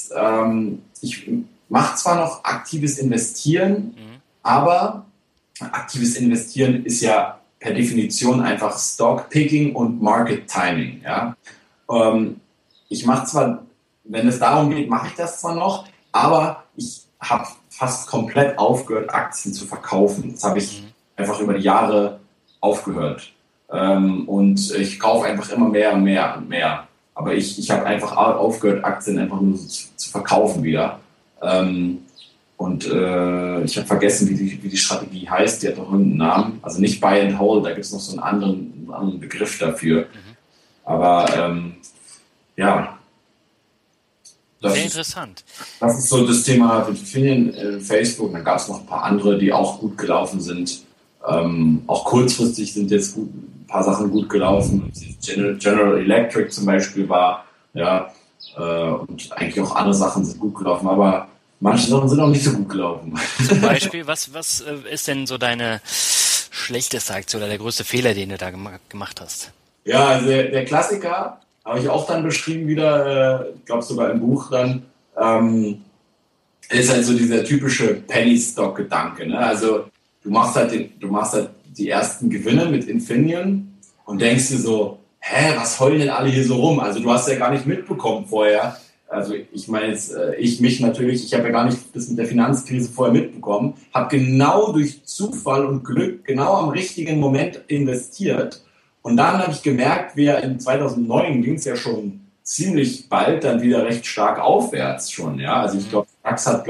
mache zwar noch aktives Investieren, aber aktives Investieren ist ja per Definition einfach Stock-Picking und Market-Timing. Ja? Ich mache zwar, wenn es darum geht, mache ich das zwar noch, aber ich habe fast komplett aufgehört, Aktien zu verkaufen. Das habe ich einfach über die Jahre aufgehört. Und ich kaufe einfach immer mehr und mehr und mehr. Aber ich habe einfach aufgehört, Aktien einfach nur zu verkaufen wieder. Und ich habe vergessen, wie die Strategie heißt. Die hat doch einen Namen. Also nicht Buy and Hold, da gibt es noch so einen anderen Begriff dafür. Aber ja. Sehr interessant. Das ist so das Thema mit Facebook. Dann gab es noch ein paar andere, die auch gut gelaufen sind. Auch kurzfristig sind jetzt ein paar Sachen gut gelaufen. General Electric zum Beispiel war, ja, und eigentlich auch andere Sachen sind gut gelaufen, aber manche Sachen sind auch nicht so gut gelaufen. Zum Beispiel, was ist denn so deine schlechteste Aktion oder der größte Fehler, den du da gemacht hast? Ja, also der Klassiker habe ich auch dann beschrieben wieder, ich glaube sogar im Buch dann, ist halt so dieser typische Penny-Stock-Gedanke. Ne? Also du machst halt die ersten Gewinne mit Infineon und denkst dir so, was heulen denn alle hier so rum? Also du hast ja gar nicht mitbekommen vorher. Also ich meine jetzt, ich habe ja gar nicht das mit der Finanzkrise vorher mitbekommen, habe genau durch Zufall und Glück genau am richtigen Moment investiert. Und dann habe ich gemerkt, in 2009 ging es ja schon ziemlich bald dann wieder recht stark aufwärts schon. Ja? Also ich glaube, DAX hat,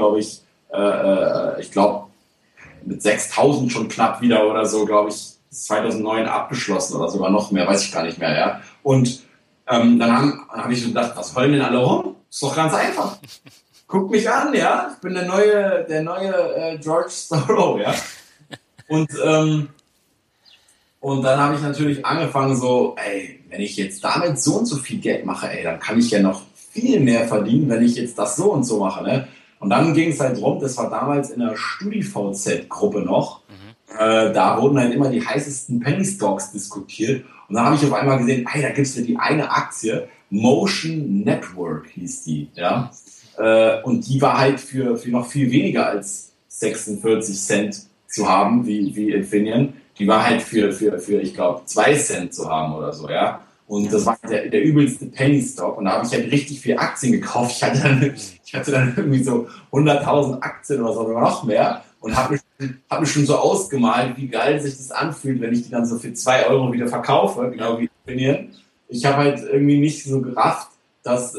mit 6.000 schon knapp wieder oder so, glaube ich, 2009 abgeschlossen oder sogar noch mehr, weiß ich gar nicht mehr. Ja? Und dann habe ich so gedacht, was heulen denn alle rum? Ist doch ganz einfach. Guck mich an, ja. Ich bin der neue George Soros, ja. Und dann habe ich natürlich angefangen so, wenn ich jetzt damit so und so viel Geld mache, dann kann ich ja noch viel mehr verdienen, wenn ich jetzt das so und so mache, ne? Und dann ging es halt drum, das war damals in der StudiVZ-Gruppe noch, da wurden halt immer die heißesten Penny Stocks diskutiert. Und dann habe ich auf einmal gesehen, da gibt es ja die eine Aktie, Motion Network hieß die, ja. Und die war halt für noch viel weniger als 46 Cent zu haben, wie Infineon. Die war halt für ich glaube, 2 Cent zu haben oder so, ja. Und das war der übelste Penny Stock. Und da habe ich halt richtig viel Aktien gekauft. Ich hatte dann irgendwie so 100.000 Aktien oder so, oder noch mehr. Und habe mich schon so ausgemalt, wie geil sich das anfühlt, wenn ich die dann so für 2 Euro wieder verkaufe, genau wie Infineon. Ich habe halt irgendwie nicht so gerafft, dass,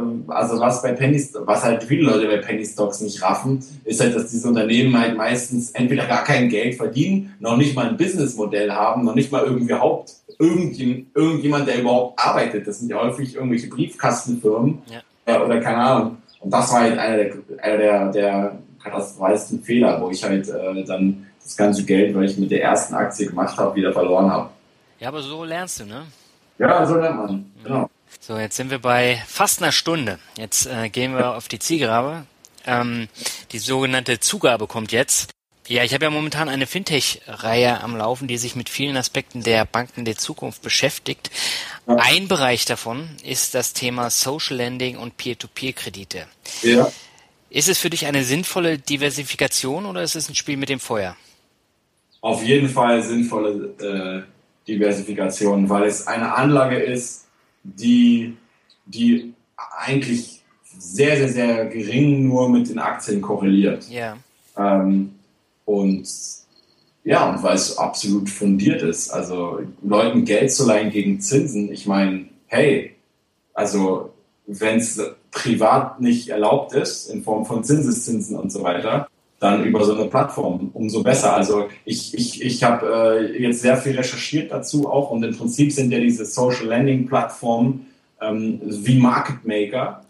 was halt viele Leute bei Penny Stocks nicht raffen, ist halt, dass diese Unternehmen halt meistens entweder gar kein Geld verdienen, noch nicht mal ein Businessmodell haben, noch nicht mal irgendjemand, der überhaupt arbeitet. Das sind ja häufig irgendwelche Briefkastenfirmen oder keine Ahnung. Und das war halt einer der katastrophalsten Fehler, wo ich halt dann das ganze Geld, weil ich mit der ersten Aktie gemacht habe, wieder verloren habe. Ja, aber so lernst du, ne? Ja, so lernt man, genau. So, jetzt sind wir bei fast einer Stunde. Jetzt gehen wir auf die Zielgerabe. Die sogenannte Zugabe kommt jetzt. Ja, ich habe ja momentan eine Fintech-Reihe am Laufen, die sich mit vielen Aspekten der Banken der Zukunft beschäftigt. Ja. Ein Bereich davon ist das Thema Social Lending und Peer-to-Peer-Kredite. Ja. Ist es für dich eine sinnvolle Diversifikation oder ist es ein Spiel mit dem Feuer? Auf jeden Fall sinnvolle Diversifikation, weil es eine Anlage ist, die eigentlich sehr, sehr, sehr gering nur mit den Aktien korreliert. Ja. Und weil es absolut fundiert ist. Also Leuten Geld zu leihen gegen Zinsen, ich meine, also wenn es privat nicht erlaubt ist, in Form von Zinseszinsen und so weiter, dann über so eine Plattform umso besser. Also ich habe jetzt sehr viel recherchiert dazu auch und im Prinzip sind ja diese Social Lending Plattformen wie Market Maker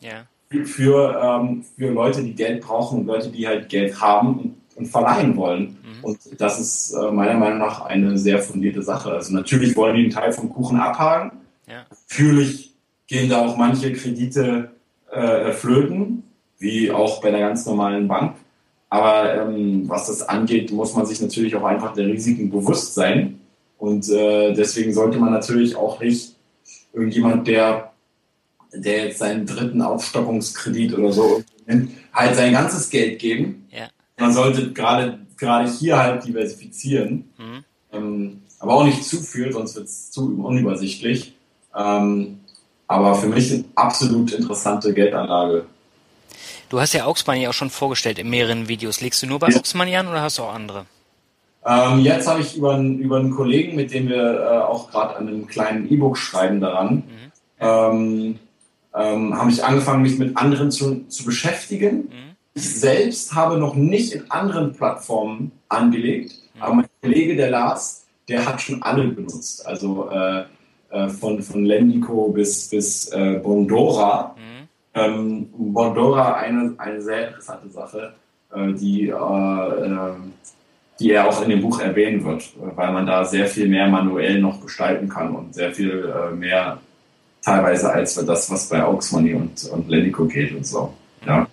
für Leute, die Geld brauchen und Leute, die halt Geld haben und verleihen wollen. Und das ist meiner Meinung nach eine sehr fundierte Sache. Also natürlich wollen die einen Teil vom Kuchen abhaken. Ja. Natürlich gehen da auch manche Kredite flöten, wie auch bei einer ganz normalen Bank. Aber was das angeht, muss man sich natürlich auch einfach der Risiken bewusst sein. Und deswegen sollte man natürlich auch nicht irgendjemand, der jetzt seinen 3. Aufstockungskredit oder so nimmt, halt sein ganzes Geld geben. Ja. Man sollte gerade hier halt diversifizieren. Aber auch nicht zu viel, sonst wird es zu unübersichtlich. Aber für mich eine absolut interessante Geldanlage. Du hast ja Aux Money auch schon vorgestellt in mehreren Videos. Legst du nur bei Aux Money an oder hast du auch andere? Jetzt habe ich über einen Kollegen, mit dem wir auch gerade an einem kleinen E-Book schreiben daran, habe ich angefangen, mich mit anderen zu beschäftigen. Ich selbst habe noch nicht in anderen Plattformen angelegt, aber mein Kollege, der Lars, der hat schon alle benutzt. Also von Lendico bis Bondora. Bondora eine sehr interessante Sache, die er auch in dem Buch erwähnen wird, weil man da sehr viel mehr manuell noch gestalten kann und sehr viel mehr teilweise als für das, was bei Aux Money und Lendico geht und so. Ja.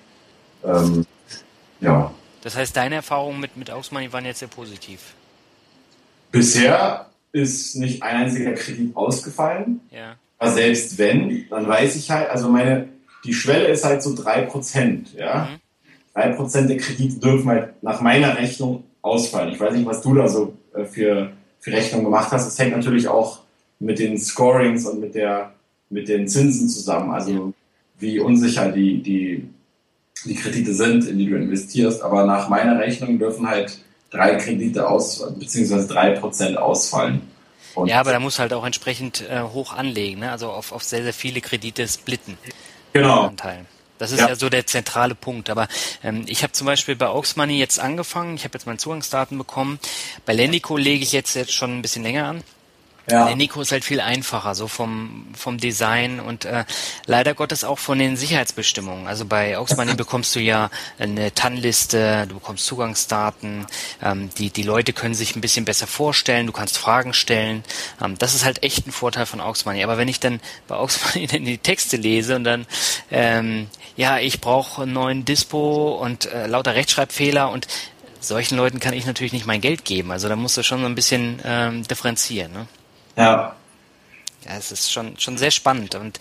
Das heißt, deine Erfahrungen mit Aux Money waren jetzt sehr positiv? Bisher ist nicht ein einziger Kredit ausgefallen. Ja. Aber selbst wenn, dann weiß ich halt, also die Schwelle ist halt so 3%. Ja? 3% der Kredite dürfen halt nach meiner Rechnung ausfallen. Ich weiß nicht, was du da so für Rechnungen gemacht hast. Es hängt natürlich auch mit den Scorings und mit den Zinsen zusammen. Also wie unsicher die Kredite sind, in die du investierst. Aber nach meiner Rechnung dürfen halt 3 Kredite beziehungsweise 3% ausfallen. Und Ja, aber da muss halt auch entsprechend hoch anlegen, ne? Also auf sehr, sehr viele Kredite splitten. genau. Anteilen. Das ist ja so der zentrale Punkt. Aber ich habe zum Beispiel bei Aux Money jetzt angefangen. Ich habe jetzt meine Zugangsdaten bekommen. Bei Lendico lege ich jetzt schon ein bisschen länger an. Ja. Lendico ist halt viel einfacher, so vom Design und leider Gottes auch von den Sicherheitsbestimmungen. Also bei Aux Money bekommst du ja eine TAN-Liste, du bekommst Zugangsdaten, die Leute können sich ein bisschen besser vorstellen, du kannst Fragen stellen. Das ist halt echt ein Vorteil von Aux Money. Aber wenn ich dann bei Aux Money dann die Texte lese und dann ich brauche einen neuen Dispo und lauter Rechtschreibfehler und solchen Leuten kann ich natürlich nicht mein Geld geben. Also da musst du schon so ein bisschen differenzieren, ne? Ja. Ja, es ist schon sehr spannend und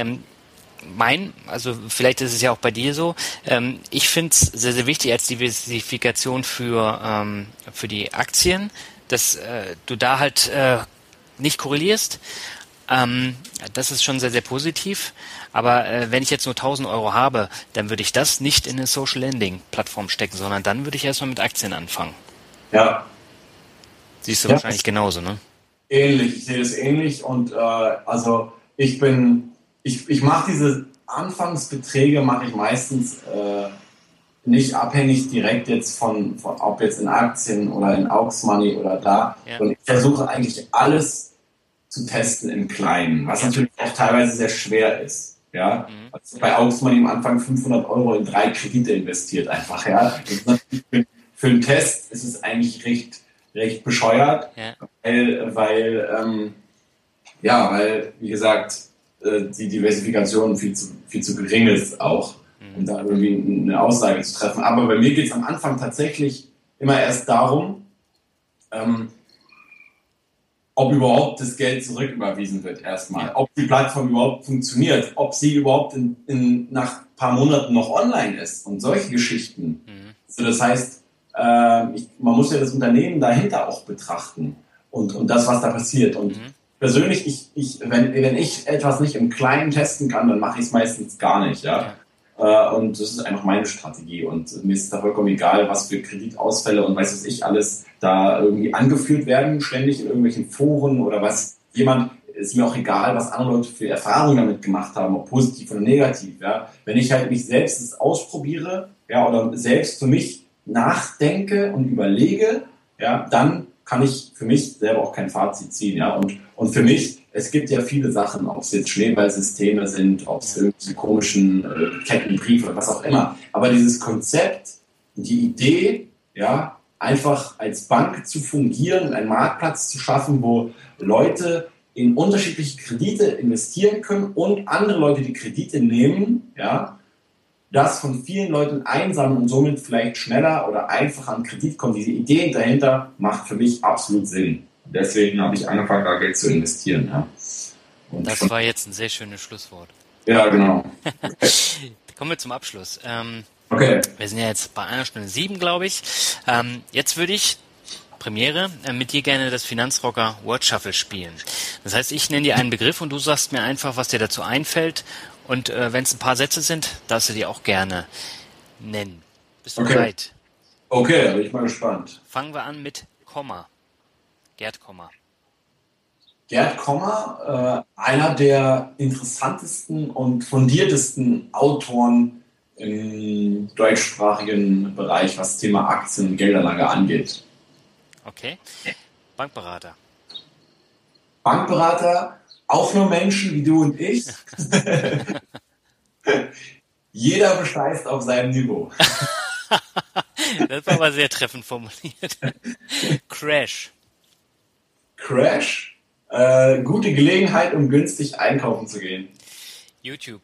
also vielleicht ist es ja auch bei dir so, ich finde es sehr, sehr wichtig als Diversifikation für die Aktien, dass du da halt nicht korrelierst. Das ist schon sehr, sehr positiv. Aber wenn ich jetzt nur 1.000 Euro habe, dann würde ich das nicht in eine Social Lending Plattform stecken, sondern dann würde ich erstmal mit Aktien anfangen. Ja. Siehst du wahrscheinlich genauso, ne? Ähnlich, ich sehe das ähnlich und also ich mache diese Anfangsbeträge mache ich meistens nicht abhängig direkt jetzt von ob jetzt in Aktien oder in Aux Money oder da. Ja. Und ich versuche eigentlich alles zu testen im Kleinen, was natürlich auch teilweise sehr schwer ist. Ja, also bei Aux Money am Anfang 500 Euro in 3 Kredite investiert einfach. Ja, das ist natürlich für einen Test ist es eigentlich recht bescheuert, weil wie gesagt die Diversifikation viel zu gering ist auch, um da irgendwie eine Aussage zu treffen. Aber bei mir geht es am Anfang tatsächlich immer erst darum, ob überhaupt das Geld zurücküberwiesen wird erstmal, ob die Plattform überhaupt funktioniert, ob sie überhaupt nach ein paar Monaten noch online ist und solche Geschichten. Also das heißt, man muss ja das Unternehmen dahinter auch betrachten und das, was da passiert. Und persönlich, wenn ich etwas nicht im Kleinen testen kann, dann mache ich es meistens gar nicht. Ja? Und das ist einfach meine Strategie. Und mir ist da vollkommen egal, was für Kreditausfälle und weiß was ich alles da irgendwie angeführt werden, ständig in irgendwelchen Foren oder was ist mir auch egal, was andere Leute für Erfahrungen damit gemacht haben, ob positiv oder negativ. Ja? Wenn ich halt mich selbst ausprobiere, ja, oder selbst für mich nachdenke und überlege, ja, dann kann ich für mich selber auch kein Fazit ziehen. Ja? Und für mich, es gibt ja viele Sachen, ob es jetzt Schneeballsysteme sind, ob es irgendwelche komischen Kettenbriefe oder was auch immer. Aber dieses Konzept, die Idee, ja, einfach als Bank zu fungieren, einen Marktplatz zu schaffen, wo Leute in unterschiedliche Kredite investieren können und andere Leute, die Kredite nehmen, ja, das von vielen Leuten einsammeln und somit vielleicht schneller oder einfacher an Kredit kommen. Diese Idee dahinter macht für mich absolut Sinn. Deswegen habe ich angefangen, da Geld zu investieren. Ja. Und das war jetzt ein sehr schönes Schlusswort. Ja, genau. Kommen wir zum Abschluss. Okay. Wir sind ja jetzt bei 1:07, glaube ich. Jetzt würde ich Premiere mit dir gerne das Finanzrocker Word Shuffle spielen. Das heißt, ich nenne dir einen Begriff und du sagst mir einfach, was dir dazu einfällt. Und wenn es ein paar Sätze sind, darfst du die auch gerne nennen. Bist du bereit? Okay, da bin ich mal gespannt. Fangen wir an mit Komma. Gerd Komma. Gerd Komma, einer der interessantesten und fundiertesten Autoren im deutschsprachigen Bereich, was das Thema Aktien und Geldanlage angeht. Okay. Bankberater. Bankberater, auch nur Menschen wie du und ich. Jeder bescheißt auf seinem Niveau. Das war aber sehr treffend formuliert. Crash. Crash? Gute Gelegenheit, um günstig einkaufen zu gehen. YouTube.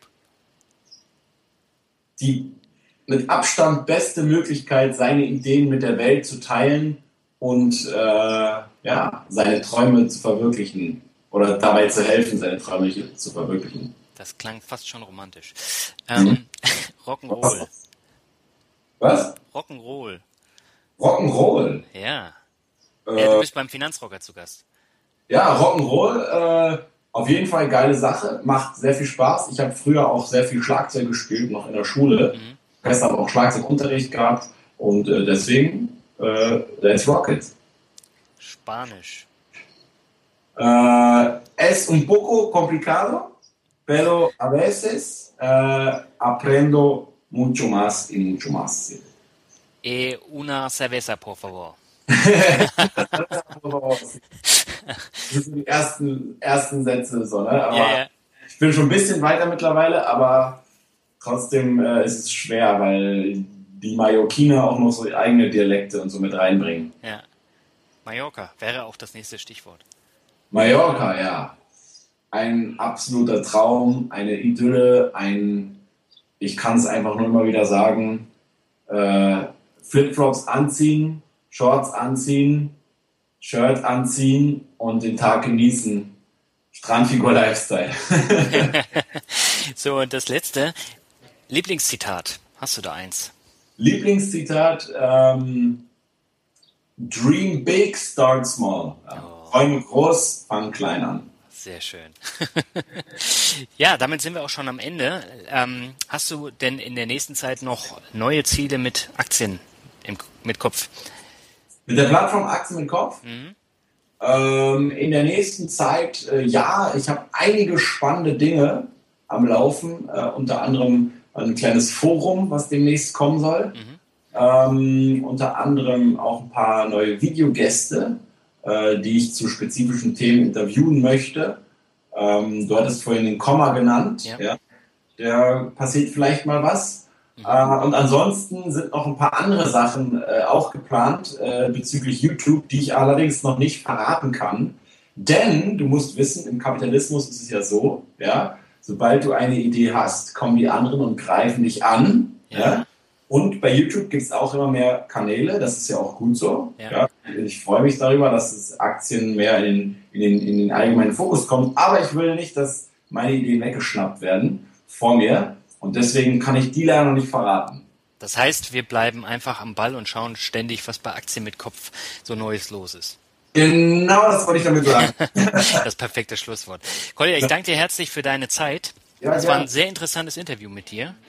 Die mit Abstand beste Möglichkeit, seine Ideen mit der Welt zu teilen und seine Träume zu verwirklichen oder dabei zu helfen, seine Träume zu verwirklichen. Das klang fast schon romantisch. Rock'n'Roll. Was? Rock'n'Roll. Rock'n'Roll. Ja. Du bist beim Finanzrocker zu Gast. Ja, Rock'n'Roll, auf jeden Fall geile Sache, macht sehr viel Spaß. Ich habe früher auch sehr viel Schlagzeug gespielt, noch in der Schule. Ich habe auch Schlagzeugunterricht gehabt und deswegen, let's rock it. Spanisch. Es un poco complicado, pero a veces aprendo mucho más y mucho más. Una cerveza, por favor. Das sind die ersten Sätze, so, ne? Aber Ja. ich bin schon ein bisschen weiter mittlerweile, aber trotzdem ist es schwer, weil die Mallorquiner auch noch so eigene Dialekte und so mit reinbringen. Ja. Mallorca wäre auch das nächste Stichwort. Mallorca, ja. Ein absoluter Traum, eine Idylle, ich kann es einfach nur immer wieder sagen, Flipflops anziehen, Shorts anziehen, Shirt anziehen und den Tag genießen. Strandfigur-Lifestyle. So, und das letzte, Lieblingszitat. Hast du da eins? Lieblingszitat, Dream big, start small. Träume groß, fang klein an. Sehr schön. Ja, damit sind wir auch schon am Ende. Hast du denn in der nächsten Zeit noch neue Ziele mit Aktien mit Kopf? Mit der Plattform Aktien mit Kopf? In der nächsten Zeit, ja, ich habe einige spannende Dinge am Laufen, unter anderem ein kleines Forum, was demnächst kommen soll. Unter anderem auch ein paar neue Videogäste, die ich zu spezifischen Themen interviewen möchte. Du hattest vorhin den Komma genannt. Ja. Da passiert vielleicht mal was. Und ansonsten sind noch ein paar andere Sachen auch geplant bezüglich YouTube, die ich allerdings noch nicht verraten kann. Denn du musst wissen, im Kapitalismus ist es ja so, ja, sobald du eine Idee hast, kommen die anderen und greifen dich an. Ja. Und bei YouTube gibt es auch immer mehr Kanäle, das ist ja auch gut so. Ja. Ich freue mich darüber, dass es Aktien mehr in den allgemeinen Fokus kommt. Aber ich will nicht, dass meine Ideen weggeschnappt werden vor mir. Und deswegen kann ich die leider noch nicht verraten. Das heißt, wir bleiben einfach am Ball und schauen ständig, was bei Aktien mit Kopf so Neues los ist. Genau, das wollte ich damit sagen. Das perfekte Schlusswort. Kolja, ich danke dir herzlich für deine Zeit. Ja, das war ein sehr interessantes Interview mit dir.